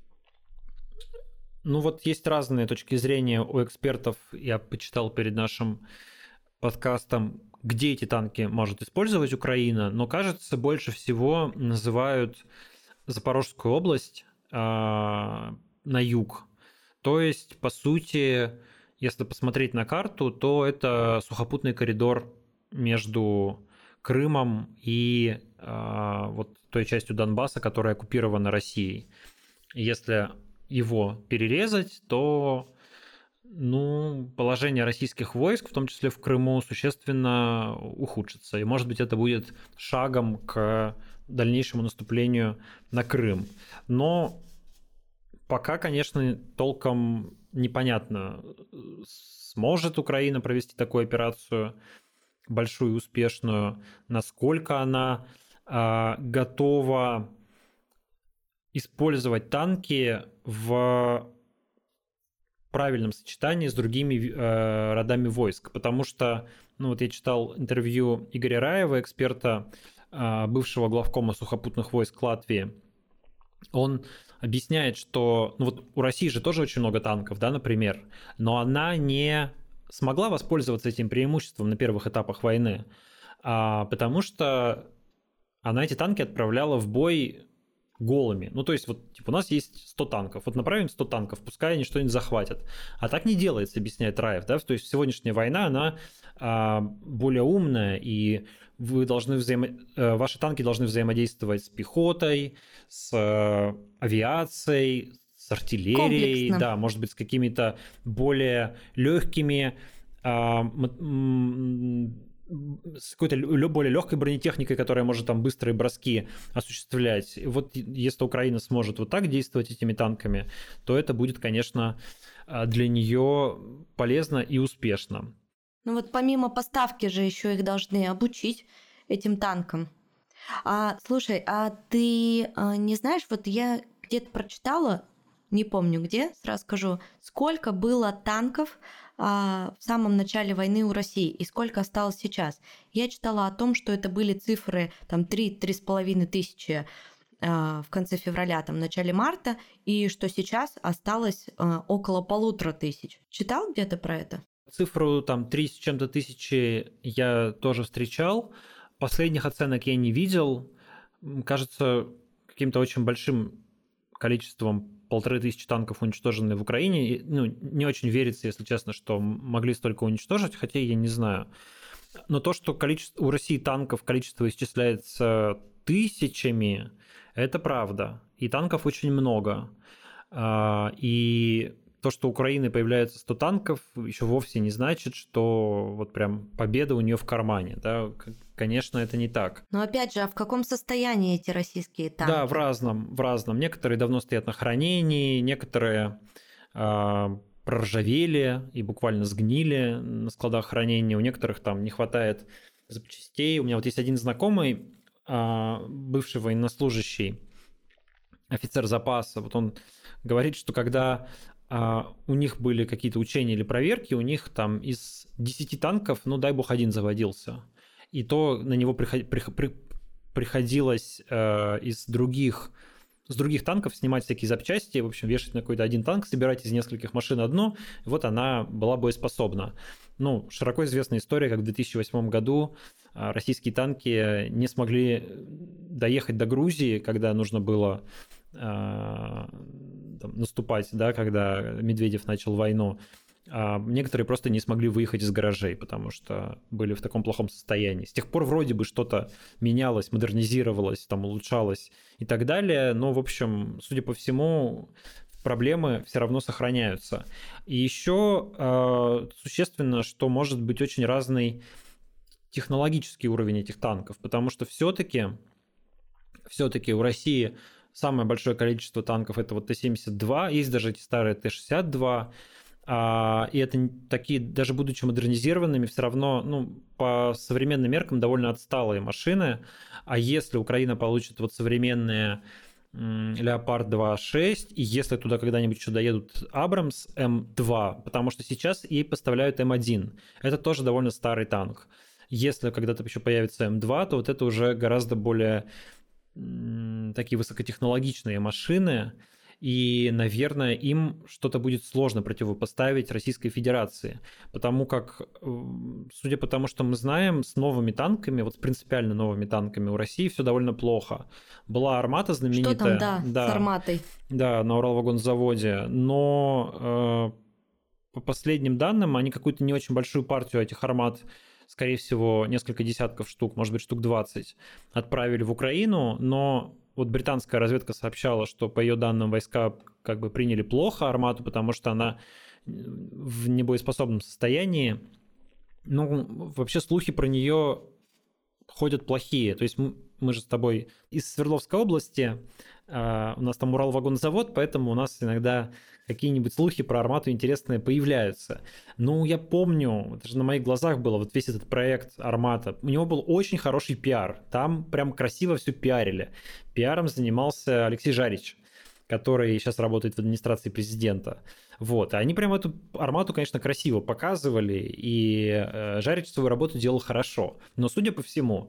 ну вот есть разные точки зрения у экспертов. Я почитал перед нашим подкастом, где эти танки может использовать Украина, но, кажется, больше всего называют Запорожскую область на юг. То есть, по сути, если посмотреть на карту, то это сухопутный коридор между Крымом и вот той частью Донбасса, которая оккупирована Россией. Если его перерезать, то положение российских войск, в том числе в Крыму, существенно ухудшится. И, может быть, это будет шагом к дальнейшему наступлению на Крым. Но пока, конечно, толком непонятно, сможет Украина провести такую операцию большую и успешную, насколько она готова использовать танки в правильном сочетании с другими родами войск. Потому что, я читал интервью Игоря Раева, эксперта, бывшего главкома сухопутных войск Латвии. Он объясняет, что у России же тоже очень много танков, да, например, но она не смогла воспользоваться этим преимуществом на первых этапах войны, потому что она эти танки отправляла в бой голыми. То есть, у нас есть 100 танков. Направим 100 танков, пускай они что-нибудь захватят. А так не делается, объясняет Раев. Да? То есть, сегодняшняя война, она более умная, и вы должны ваши танки должны взаимодействовать с пехотой, с авиацией, с артиллерией,
комплексно.
Да, может быть, с какими-то более легкими, с какой-то более легкой бронетехникой, которая может там быстрые броски осуществлять. Если Украина сможет вот так действовать этими танками, то это будет, конечно, для нее полезно и успешно.
Помимо поставки же еще их должны обучить этим танкам. Слушай, а ты не знаешь, я где-то прочитала, не помню где, сразу скажу, сколько было танков в самом начале войны у России и сколько осталось сейчас. Я читала о том, что это были цифры 3-3,5 тысячи в конце февраля, в начале марта, и что сейчас осталось около 1500. Читал где-то про это?
Цифру 3 с чем-то тысячи я тоже встречал. Последних оценок я не видел. Кажется, каким-то очень большим количеством 1500 танков уничтожены в Украине. Не очень верится, если честно, что могли столько уничтожить, хотя я не знаю. Но то, что у России танков количество исчисляется тысячами, это правда. И танков очень много. И то, что у Украины появляется 100 танков, еще вовсе не значит, что прям победа у нее в кармане. Да? Конечно, это не так.
Но опять же, а в каком состоянии эти российские танки?
Да, в разном. Некоторые давно стоят на хранении, некоторые проржавели и буквально сгнили на складах хранения. У некоторых не хватает запчастей. У меня есть один знакомый, бывший военнослужащий, офицер запаса. Он говорит, что когда у них были какие-то учения или проверки, у них из 10 танков, дай бог, один заводился. И то на него приходилось с других танков снимать всякие запчасти, в общем, вешать на какой-то один танк, собирать из нескольких машин одну, и она была боеспособна. Широко известная история, как в 2008 году российские танки не смогли доехать до Грузии, когда нужно было наступать, да, когда Медведев начал войну. Некоторые просто не смогли выехать из гаражей, потому что были в таком плохом состоянии. С тех пор вроде бы что-то менялось, модернизировалось, улучшалось и так далее, но, в общем, судя по всему, проблемы все равно сохраняются. И еще существенно, что может быть очень разный технологический уровень этих танков, потому что все-таки у России самое большое количество танков — это Т-72, есть даже эти старые Т-62, и это такие, даже будучи модернизированными, все равно, по современным меркам довольно отсталые машины. А если Украина получит современные Леопард 2.6, и если туда когда-нибудь еще доедут Абрамс М2, потому что сейчас ей поставляют М1, это тоже довольно старый танк. Если когда-то еще появится М2, то это уже гораздо более такие высокотехнологичные машины, и, наверное, им что-то будет сложно противопоставить Российской Федерации, потому как, судя по тому, что мы знаем, с новыми танками, с принципиально новыми танками у России все довольно плохо. Была «Армата» знаменитая.
Что там, с «Арматой»?
Да, на Уралвагонзаводе, но по последним данным, они какую-то не очень большую партию этих армат, скорее всего, несколько десятков штук, может быть, штук 20, отправили в Украину, но вот британская разведка сообщала, что по ее данным войска как бы приняли плохо армату, потому что она в небоеспособном состоянии. Ну, вообще слухи про нее ходят плохие. То есть мы же с тобой из Свердловской области, у нас там Уралвагонзавод, поэтому у нас иногда какие-нибудь слухи про армату интересные появляются. Ну, я помню, это же на моих глазах было, вот весь этот проект «Армата». У него был очень хороший пиар. Там прям красиво все пиарили. Пиаром занимался Алексей Жарич, который сейчас работает в администрации президента. Вот. И они прям эту армату, конечно, красиво показывали, и Жарич свою работу делал хорошо. Но, судя по всему,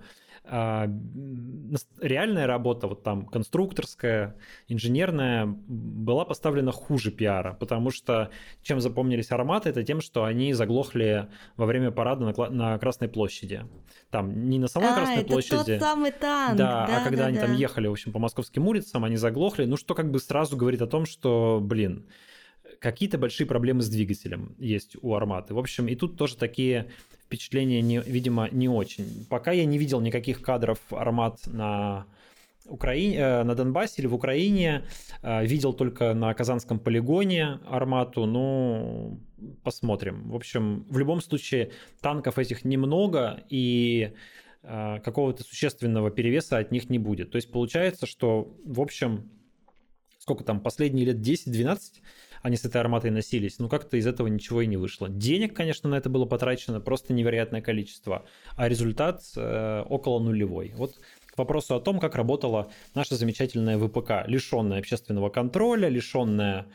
реальная работа, вот там конструкторская, инженерная, была поставлена хуже пиара, потому что чем запомнились арматы, это тем, что они заглохли во время парада на Красной площади. Там не на самой Красной площади.
Это тот самый танк.
Да,
да,
а когда
да,
они
да.
там ехали, в общем, по московским улицам, они заглохли, ну что как бы сразу говорит о том, что, блин, какие-то большие проблемы с двигателем есть у арматы. В общем, и тут тоже такие впечатления, видимо, не очень. Пока я не видел никаких кадров армат на Украине, на Донбассе или в Украине. Видел только на Казанском полигоне армату. Ну, посмотрим. В общем, в любом случае, танков этих немного, и какого-то существенного перевеса от них не будет. То есть получается, что, в общем, сколько там, последние лет 10-12 они с этой арматой носились, но как-то из этого ничего и не вышло. Денег, конечно, на это было потрачено просто невероятное количество, а результат около нулевой. Вот к вопросу о том, как работала наша замечательная ВПК, лишенная общественного контроля, лишенная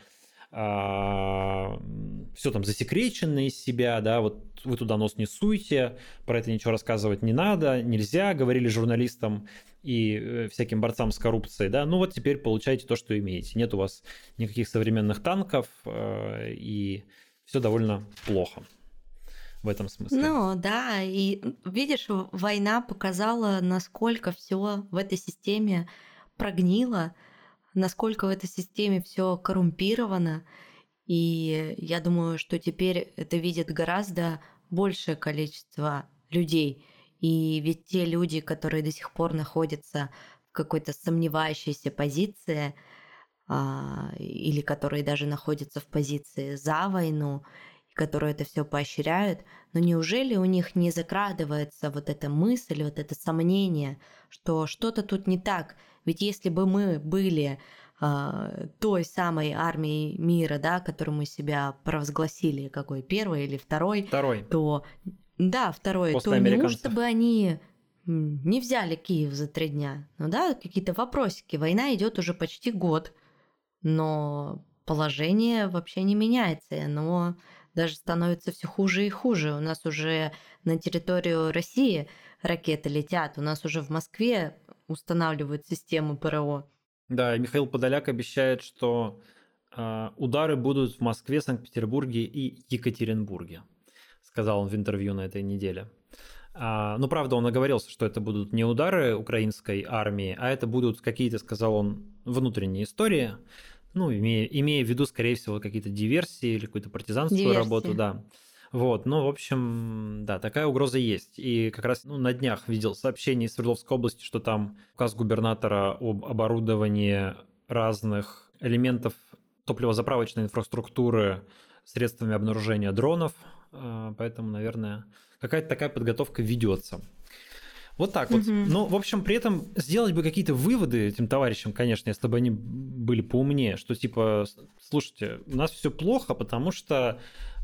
все там засекреченное из себя, да, вот вы туда нос не суйте, про это ничего рассказывать не надо, нельзя, говорили журналистам и всяким борцам с коррупцией, да, ну вот теперь получаете то, что имеете. Нет у вас никаких современных танков, и все довольно плохо в этом смысле.
Ну да, и видишь, война показала, насколько все в этой системе прогнило, насколько в этой системе все коррумпировано. И я думаю, что теперь это видит гораздо большее количество людей. И ведь те люди, которые до сих пор находятся в какой-то сомневающейся позиции, или которые даже находятся в позиции за войну, и которые это все поощряют, но неужели у них не закрадывается вот эта мысль, вот это сомнение, что что-то тут не так? Ведь если бы мы были той самой армией мира, да, которую мы себя провозгласили, какой, первый или второй, то да, второй, то неужто бы они не взяли Киев за 3 дня? Ну да, какие-то вопросики. Война идет уже почти год, но положение вообще не меняется, и оно даже становится все хуже и хуже. У нас уже на территорию России ракеты летят, у нас уже в Москве устанавливают систему ПРО.
Да, и Михаил Подоляк обещает, что удары будут в Москве, Санкт-Петербурге и Екатеринбурге, сказал он в интервью на этой неделе. Ну, правда, он оговорился, что это будут не удары украинской армии, а это будут какие-то, сказал он, внутренние истории, ну, имея в виду, скорее всего, какие-то диверсии или какую-то партизанскую работу, да. Вот, ну, в общем, да, такая угроза есть. И как раз на днях видел сообщение из Свердловской области, что там указ губернатора об оборудовании разных элементов топливозаправочной инфраструктуры средствами обнаружения дронов. Поэтому, наверное, какая-то такая подготовка ведется. Вот так вот. Ну, в общем, при этом сделать бы какие-то выводы этим товарищам, конечно, если бы они были поумнее, что типа, слушайте, у нас все плохо, потому что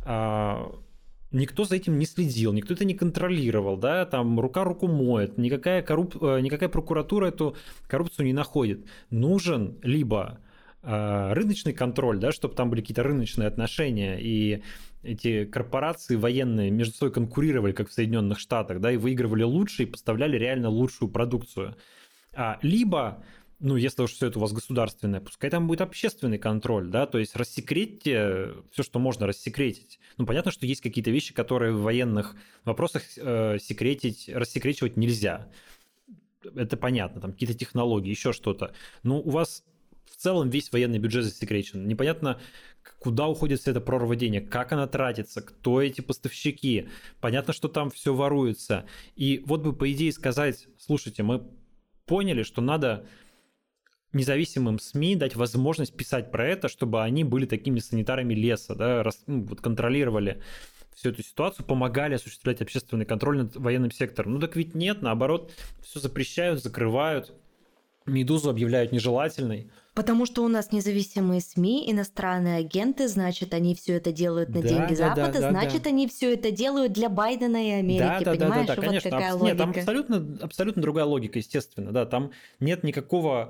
никто за этим не следил, никто это не контролировал, да, там рука руку моет, никакая прокуратура эту коррупцию не находит. Нужен либо рыночный контроль, да, чтобы там были какие-то рыночные отношения, и эти корпорации военные между собой конкурировали, как в Соединенных Штатах, да, и выигрывали лучше и поставляли реально лучшую продукцию. Либо, ну, если уж все это у вас государственное, пускай там будет общественный контроль, да, то есть рассекретьте все, что можно рассекретить. Ну, понятно, что есть какие-то вещи, которые в военных вопросах рассекречивать нельзя. Это понятно, там какие-то технологии, еще что-то. Но у вас в целом весь военный бюджет засекречен. Непонятно, куда уходит вся эта прорва денег, как она тратится, кто эти поставщики. Понятно, что там все воруется. И вот бы, по идее, сказать, слушайте, мы поняли, что надо независимым СМИ дать возможность писать про это, чтобы они были такими санитарами леса, да, вот контролировали всю эту ситуацию, помогали осуществлять общественный контроль над военным сектором. Ну так ведь нет, наоборот, все запрещают, закрывают, «Медузу» объявляют нежелательной.
Потому что у нас независимые СМИ, иностранные агенты, значит, они все это делают на деньги Запада, значит, они все это делают для Байдена и Америки, понимаешь?
Да, конечно.
Вот такая
Нет, там
логика.
абсолютно другая логика, естественно, да, там нет никакой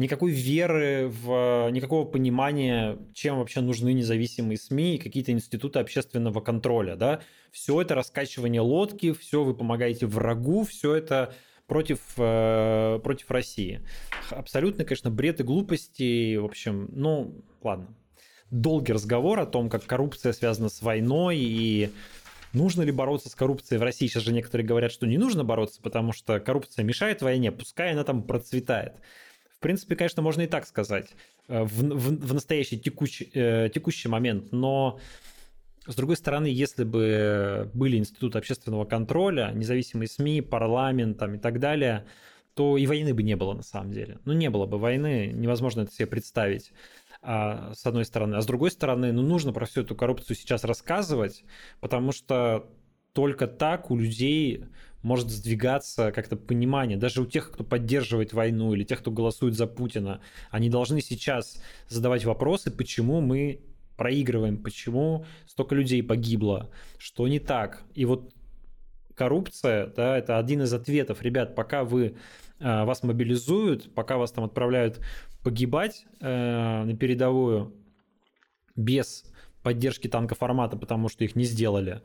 веры, никакого понимания, чем вообще нужны независимые СМИ и какие-то институты общественного контроля, да. Все это раскачивание лодки, все вы помогаете врагу, все это против России. Абсолютно, конечно, бред и глупости. В общем, ну, ладно. Долгий разговор о том, как коррупция связана с войной и нужно ли бороться с коррупцией в России. Сейчас же некоторые говорят, что не нужно бороться, потому что коррупция мешает войне, пускай она там процветает. В принципе, конечно, можно и так сказать в настоящий текущий момент, но с другой стороны, если бы были институты общественного контроля, независимые СМИ, парламент там, и так далее, то и войны бы не было на самом деле. Ну, не было бы войны, невозможно это себе представить, с одной стороны. А с другой стороны, ну, нужно про всю эту коррупцию сейчас рассказывать, потому что только так у людей может сдвигаться как-то понимание. Даже у тех, кто поддерживает войну, или тех, кто голосует за Путина, они должны сейчас задавать вопросы, почему мы проигрываем, почему столько людей погибло, что не так. И вот коррупция, да, это один из ответов. Ребят, пока вас мобилизуют, пока вас там отправляют погибать на передовую без поддержки танкоформата, потому что их не сделали,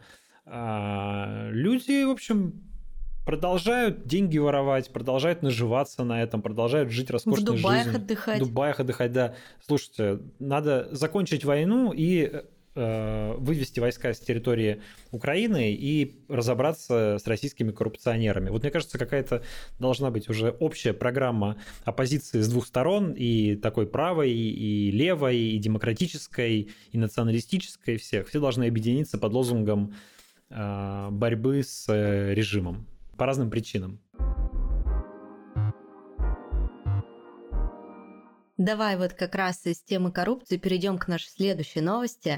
люди, в общем, продолжают деньги воровать, продолжают наживаться на этом, продолжают жить роскошной жизнью.
В Дубаях отдыхать. Да. Слушайте, надо закончить войну и вывести войска с территории Украины и разобраться с российскими коррупционерами. Вот мне кажется, какая-то должна быть уже общая программа оппозиции с двух сторон, и такой правой, и левой, и демократической, и националистической, всех. Все должны объединиться под лозунгом борьбы с режимом. По разным причинам. Давай вот как раз из темы коррупции перейдем к нашей следующей новости.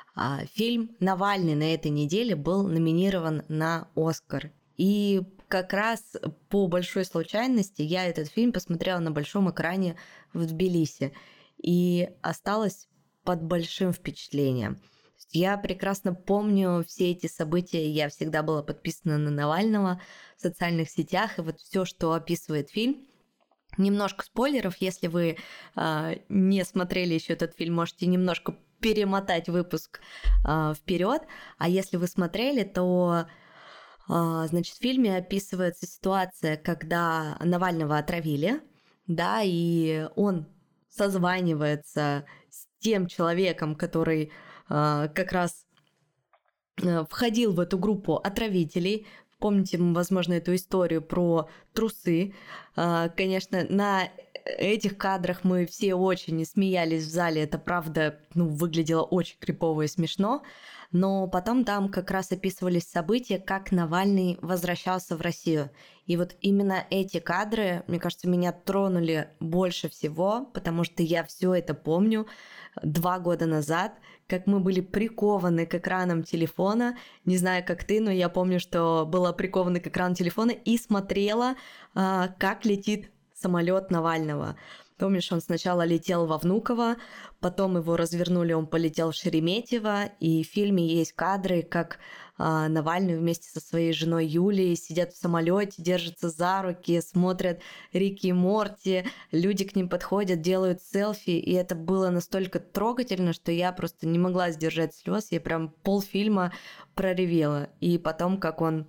Фильм «Навальный» на этой неделе был номинирован на «Оскар». И как раз по большой случайности я этот фильм посмотрела на большом экране в Тбилиси и осталась под большим впечатлением. Я прекрасно помню все эти события, я всегда была подписана на Навального в социальных сетях, и вот все, что описывает фильм. Немножко спойлеров, если вы не смотрели еще этот фильм, можете немножко перемотать выпуск вперед, а если вы смотрели, то значит, в фильме описывается ситуация, когда Навального отравили, да, и он созванивается с тем человеком, который как раз входил в эту группу отравителей. Помните, возможно, эту историю про трусы. Конечно, на этих кадрах мы все очень смеялись в зале. Это правда, выглядело очень крипово и смешно. Но потом там как раз описывались события, как Навальный возвращался в Россию. И вот именно эти кадры, мне кажется, меня тронули больше всего, потому что я все это помню 2 года назад, как мы были прикованы к экранам телефона. Не знаю, как ты, но я помню, что была прикована к экрану телефона и смотрела, как летит самолет Навального. Помнишь, он сначала летел во Внуково, потом его развернули, он полетел в Шереметьево, и в фильме есть кадры, как Навальный вместе со своей женой Юлией сидят в самолете, держатся за руки, смотрят Рики и Морти, люди к ним подходят, делают селфи, и это было настолько трогательно, что я просто не могла сдержать слез, я прям полфильма проревела. И потом, как он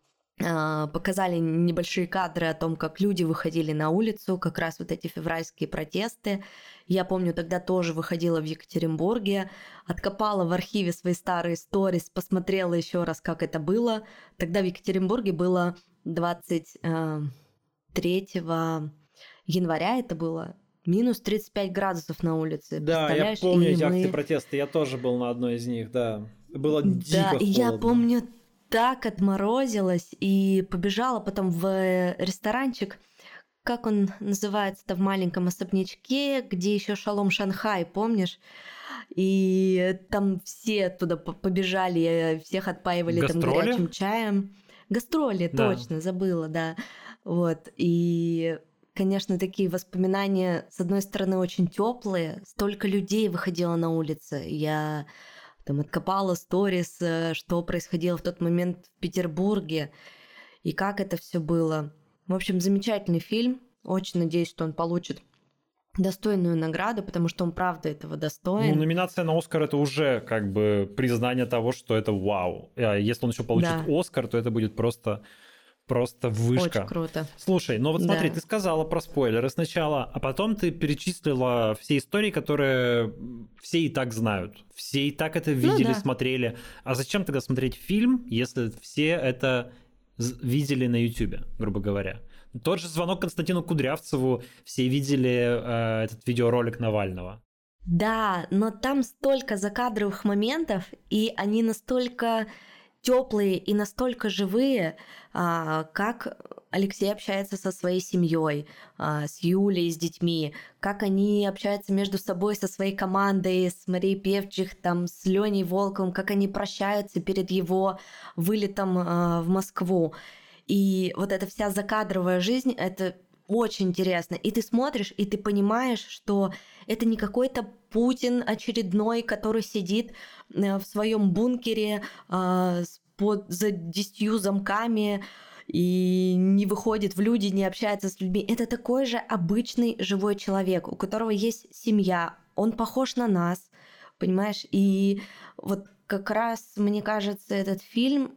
показали небольшие кадры о том, как люди выходили на улицу, как раз вот эти февральские протесты. Я помню, тогда тоже выходила в Екатеринбурге, откопала в архиве свои старые сторис, посмотрела еще раз, как это было. Тогда в Екатеринбурге было 23 января, это было Минус 35 градусов на улице,
Да, я
представляешь?
помню
И
эти акции
мы...
протеста, я тоже был на одной из них, да. Было
Да,
дико
и я
холодно.
помню, так отморозилась и побежала потом в ресторанчик, как он называется-то, в маленьком особнячке, где еще Шалом Шанхай, помнишь? И там все оттуда побежали, всех отпаивали там
Гастроли?
горячим чаем. Гастроли,
Да.
точно, забыла, да. Вот, и, конечно, такие воспоминания, с одной стороны, очень теплые. Столько людей выходило на улицы. Я там откопала сторис, что происходило в тот момент в Петербурге и как это все было. В общем, замечательный фильм. Очень надеюсь, что он получит достойную награду, потому что он правда этого достоин.
Ну, номинация на Оскар — это уже как бы признание того, что это вау. А если он еще получит
Да.
Оскар, то это будет просто вышка.
Очень круто.
Слушай, ну вот смотри,
Да.
ты сказала про спойлеры сначала, а потом ты перечислила все истории, которые все и так знают. Все и так это видели,
да.
смотрели. А зачем тогда смотреть фильм, если все это видели на Ютубе, грубо говоря? Тот же звонок Константину Кудрявцеву, все видели этот видеоролик Навального.
Да, но там столько закадровых моментов, и они настолько теплые и настолько живые, как Алексей общается со своей семьей, с Юлей, с детьми, как они общаются между собой со своей командой, с Марией Певчих, там, с Леней Волковым, как они прощаются перед его вылетом в Москву. И вот эта вся закадровая жизнь, это очень интересно. И ты смотришь, и ты понимаешь, что это не какой-то Путин очередной, который сидит в своем бункере за 10 замками и не выходит в люди, не общается с людьми. Это такой же обычный живой человек, у которого есть семья. Он похож на нас, понимаешь? И вот как раз, мне кажется, этот фильм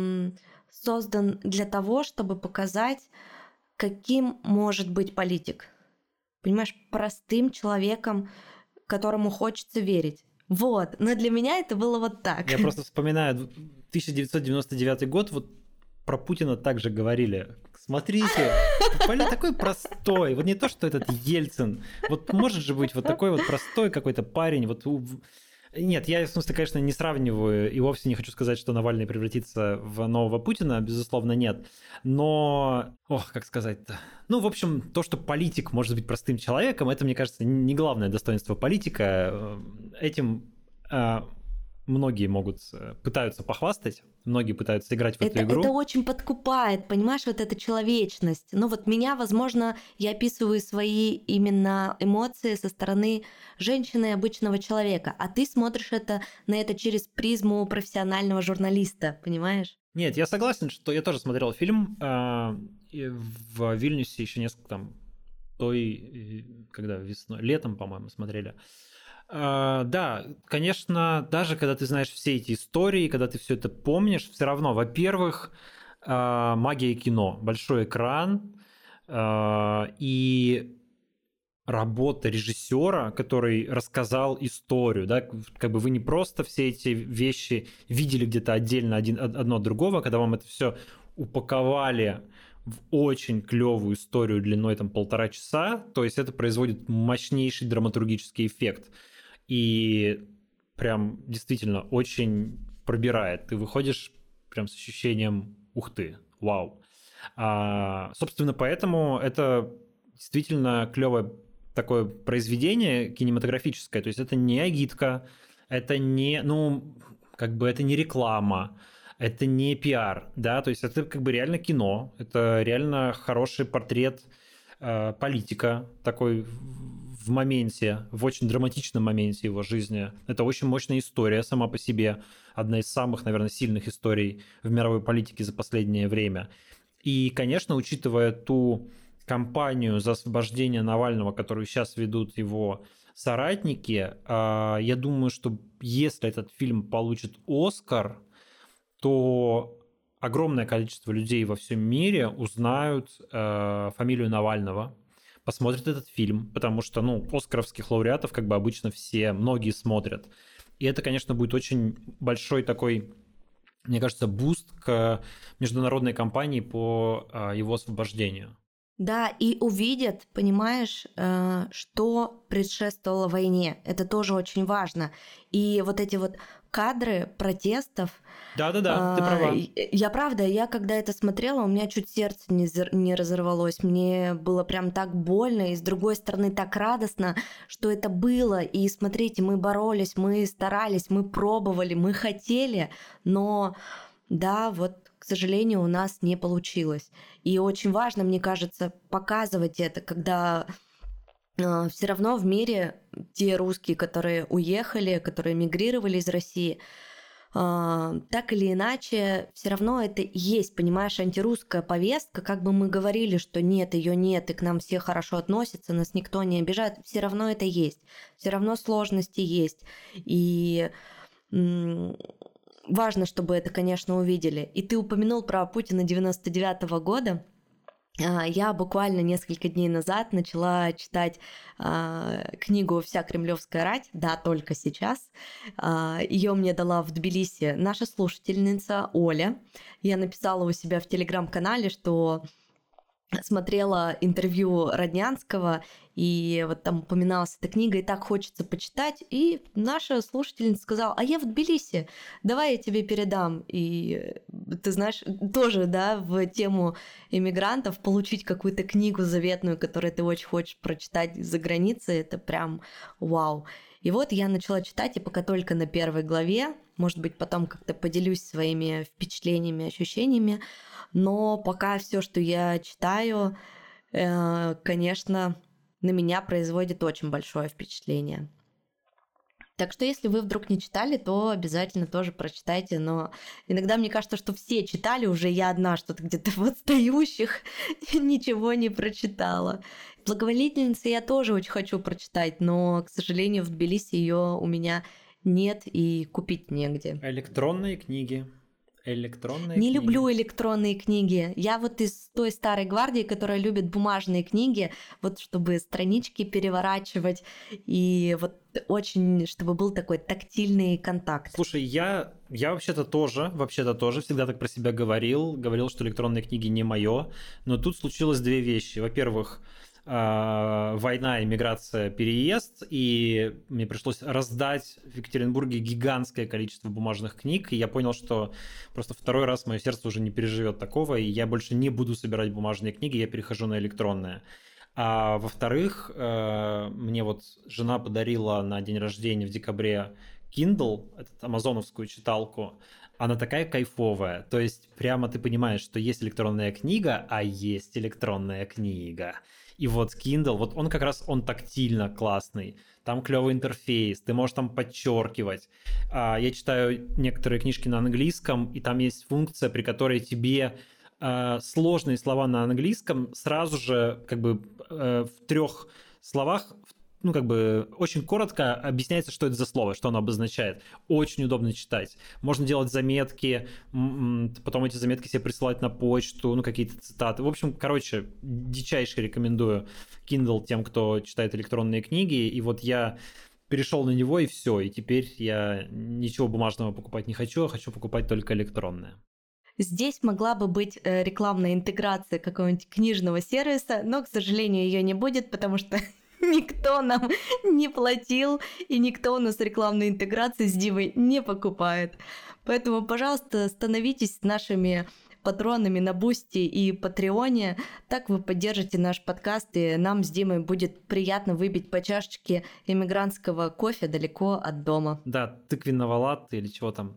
создан для того, чтобы показать, каким может быть политик. Понимаешь, простым человеком, которому хочется верить. Вот. Но для меня это было вот так.
Я просто вспоминаю 1999 год, вот про Путина также говорили. Смотрите, такой простой. Вот не то, что этот Ельцин. Вот может же быть вот такой вот простой какой-то парень. Вот Нет, я, в смысле, конечно, не сравниваю и вовсе не хочу сказать, что Навальный превратится в нового Путина, безусловно, нет. Но, как сказать-то? Ну, в общем, то, что политик может быть простым человеком, это, мне кажется, не главное достоинство политика. Этим многие пытаются похвастать, многие пытаются играть в эту игру.
Это очень подкупает, понимаешь, вот эта человечность. Но вот меня, возможно, я описываю свои именно эмоции со стороны женщины, обычного человека, а ты смотришь на это через призму профессионального журналиста, понимаешь?
Нет, я согласен, что я тоже смотрел фильм в Вильнюсе еще несколько там, когда весной, летом, по-моему, смотрели. Да, конечно, даже когда ты знаешь все эти истории, когда ты все это помнишь, все равно, во-первых, магия кино, большой экран и работа режиссера, который рассказал историю, да, как бы вы не просто все эти вещи видели где-то отдельно одно от другого, а когда вам это все упаковали в очень клевую историю длиной там 1,5 часа, то есть это производит мощнейший драматургический эффект. И прям действительно очень пробирает. Ты выходишь прям с ощущением «ух ты, вау». Собственно, поэтому это действительно клевое такое произведение кинематографическое. То есть это не агитка, это не, это не реклама, это не пиар, да, то есть это как бы реально кино, это реально хороший портрет политика такой в моменте, в очень драматичном моменте его жизни. Это очень мощная история сама по себе, одна из самых, наверное, сильных историй в мировой политике за последнее время. И, конечно, учитывая ту кампанию за освобождение Навального, которую сейчас ведут его соратники, я думаю, что если этот фильм получит Оскар, то огромное количество людей во всем мире узнают фамилию Навального, посмотрят этот фильм, потому что, оскаровских лауреатов как бы обычно многие смотрят. И это, конечно, будет очень большой такой, мне кажется, буст к международной кампании по его освобождению.
Да, и увидят, понимаешь, что предшествовало войне. Это тоже очень важно. И вот эти вот кадры протестов,
Да-да-да, ты права.
я правда, я когда это смотрела, у меня чуть сердце не разорвалось. Мне было прям так больно, и с другой стороны так радостно, что это было. И смотрите, мы боролись, мы старались, мы пробовали, мы хотели, но да, вот, к сожалению, у нас не получилось. И очень важно, мне кажется, показывать это, когда все равно в мире те русские, которые уехали, которые мигрировали из России, так или иначе, все равно это и есть, понимаешь, антирусская повестка, как бы мы говорили, что нет, ее нет, и к нам все хорошо относятся, нас никто не обижает, все равно это есть, все равно сложности есть. И важно, чтобы это, конечно, увидели. И ты упомянул про Путина 99-го года. Я буквально несколько дней назад начала читать книгу «Вся кремлевская рать», да, только сейчас. Ее мне дала в Тбилиси наша слушательница Оля. Я написала у себя в телеграм-канале, что смотрела интервью Роднянского, и вот там упоминалась эта книга, и так хочется почитать. И наша слушательница сказала: а я в Тбилиси, давай я тебе передам. И ты знаешь, тоже, да, в тему иммигрантов получить какую-то книгу заветную, которую ты очень хочешь прочитать за границей, это прям вау. И вот я начала читать, и пока только на первой главе, может быть, потом как-то поделюсь своими впечатлениями, ощущениями, но пока все, что я читаю, конечно, на меня производит очень большое впечатление. Так что если вы вдруг не читали, то обязательно тоже прочитайте. Но иногда мне кажется, что все читали, уже я одна что-то где-то в отстающих ничего не прочитала. «Благоволительницы» я тоже очень хочу прочитать, но, к сожалению, в Тбилиси ее у меня нет и купить негде.
Электронные книги.
Не люблю электронные книги. Я вот из той старой гвардии, которая любит бумажные книги, вот чтобы странички переворачивать и вот очень, чтобы был такой тактильный контакт.
Слушай, я вообще-то тоже всегда так про себя говорил, что электронные книги не мое, но тут случилось две вещи. Во-первых, война, иммиграция, переезд, и мне пришлось раздать в Екатеринбурге гигантское количество бумажных книг, и я понял, что просто второй раз мое сердце уже не переживет такого, и я больше не буду собирать бумажные книги, я перехожу на электронные. А во-вторых, мне вот жена подарила на день рождения в декабре Kindle, эту амазоновскую читалку. Она такая кайфовая, то есть прямо ты понимаешь, что есть электронная книга, а есть электронная книга. И вот Kindle, вот он как раз, он тактильно классный, там клевый интерфейс, ты можешь там подчеркивать. Я читаю некоторые книжки на английском, и там есть функция, при которой тебе сложные слова на английском сразу же как бы в 3 словах, ну, как бы очень коротко объясняется, что это за слово, что оно обозначает. Очень удобно читать. Можно делать заметки, потом эти заметки себе присылать на почту, ну, какие-то цитаты. В общем, короче, дичайше рекомендую Kindle тем, кто читает электронные книги. И вот я перешел на него, и все. И теперь я ничего бумажного покупать не хочу, а хочу покупать только электронное.
Здесь могла бы быть рекламная интеграция какого-нибудь книжного сервиса, но, к сожалению, ее не будет, потому что никто нам не платил, и никто у нас рекламной интеграции с Димой не покупает. Поэтому, пожалуйста, становитесь нашими патронами на Бусти и Патреоне. Так вы поддержите наш подкаст, и нам с Димой будет приятно выпить по чашечке иммигрантского кофе далеко от дома.
Да, тыквенного латте или чего там.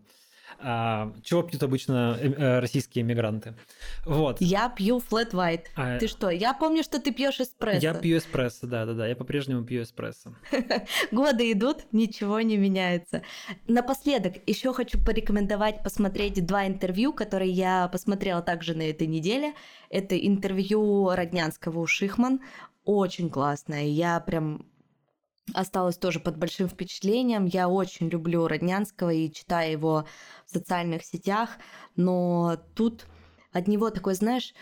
Чего пьют обычно российские эмигранты? Вот.
Я пью flat white. Ты что? Я помню, что ты пьешь эспрессо.
Я пью эспрессо, да. Я по-прежнему пью эспрессо.
Годы идут, ничего не меняется. Напоследок еще хочу порекомендовать посмотреть 2 интервью, которые я посмотрела также на этой неделе. Это интервью Роднянского у Шихман. Очень классное. Я прям осталась тоже под большим впечатлением. Я очень люблю Роднянского и читаю его в социальных сетях, но тут от него такое, знаешь,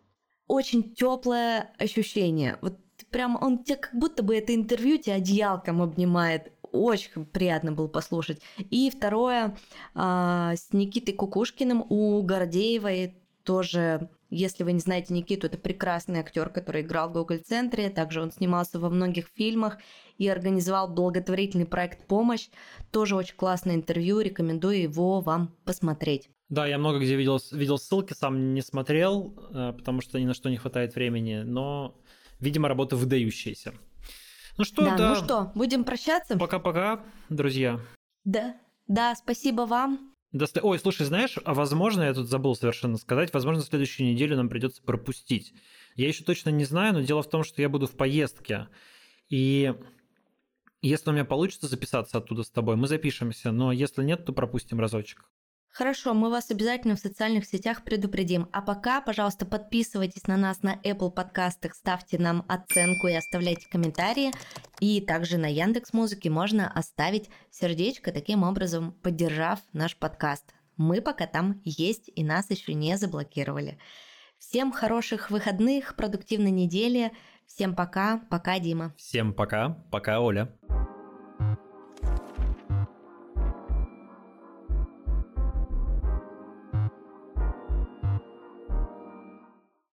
очень теплое ощущение. Вот прям он тебя как будто бы это интервью тебя одеялком обнимает. Очень приятно было послушать. И второе с Никитой Кукушкиным у Гордеевой. тоже, если вы не знаете Никиту, это прекрасный актер, который играл в Гоголь-центре. Также он снимался во многих фильмах и организовал благотворительный проект «Помощь». Тоже очень классное интервью, рекомендую его вам посмотреть.
Да, я много где видел ссылки, сам не смотрел, потому что ни на что не хватает времени, но, видимо, работа выдающаяся. Ну что,
да,
да.
Ну что, будем прощаться?
Пока-пока, друзья.
Да, спасибо вам.
Ой, слушай, знаешь, возможно, я тут забыл совершенно сказать, возможно, следующую неделю нам придется пропустить. Я еще точно не знаю, но дело в том, что я буду в поездке, и если у меня получится записаться оттуда с тобой, мы запишемся, но если нет, то пропустим разочек.
Хорошо, мы вас обязательно в социальных сетях предупредим. А пока, пожалуйста, подписывайтесь на нас на Apple подкастах, ставьте нам оценку и оставляйте комментарии. И также на Яндекс.Музыке можно оставить сердечко, таким образом поддержав наш подкаст. Мы пока там есть, и нас еще не заблокировали. Всем хороших выходных, продуктивной недели. Всем пока. Пока, Дима.
Всем пока. Пока, Оля.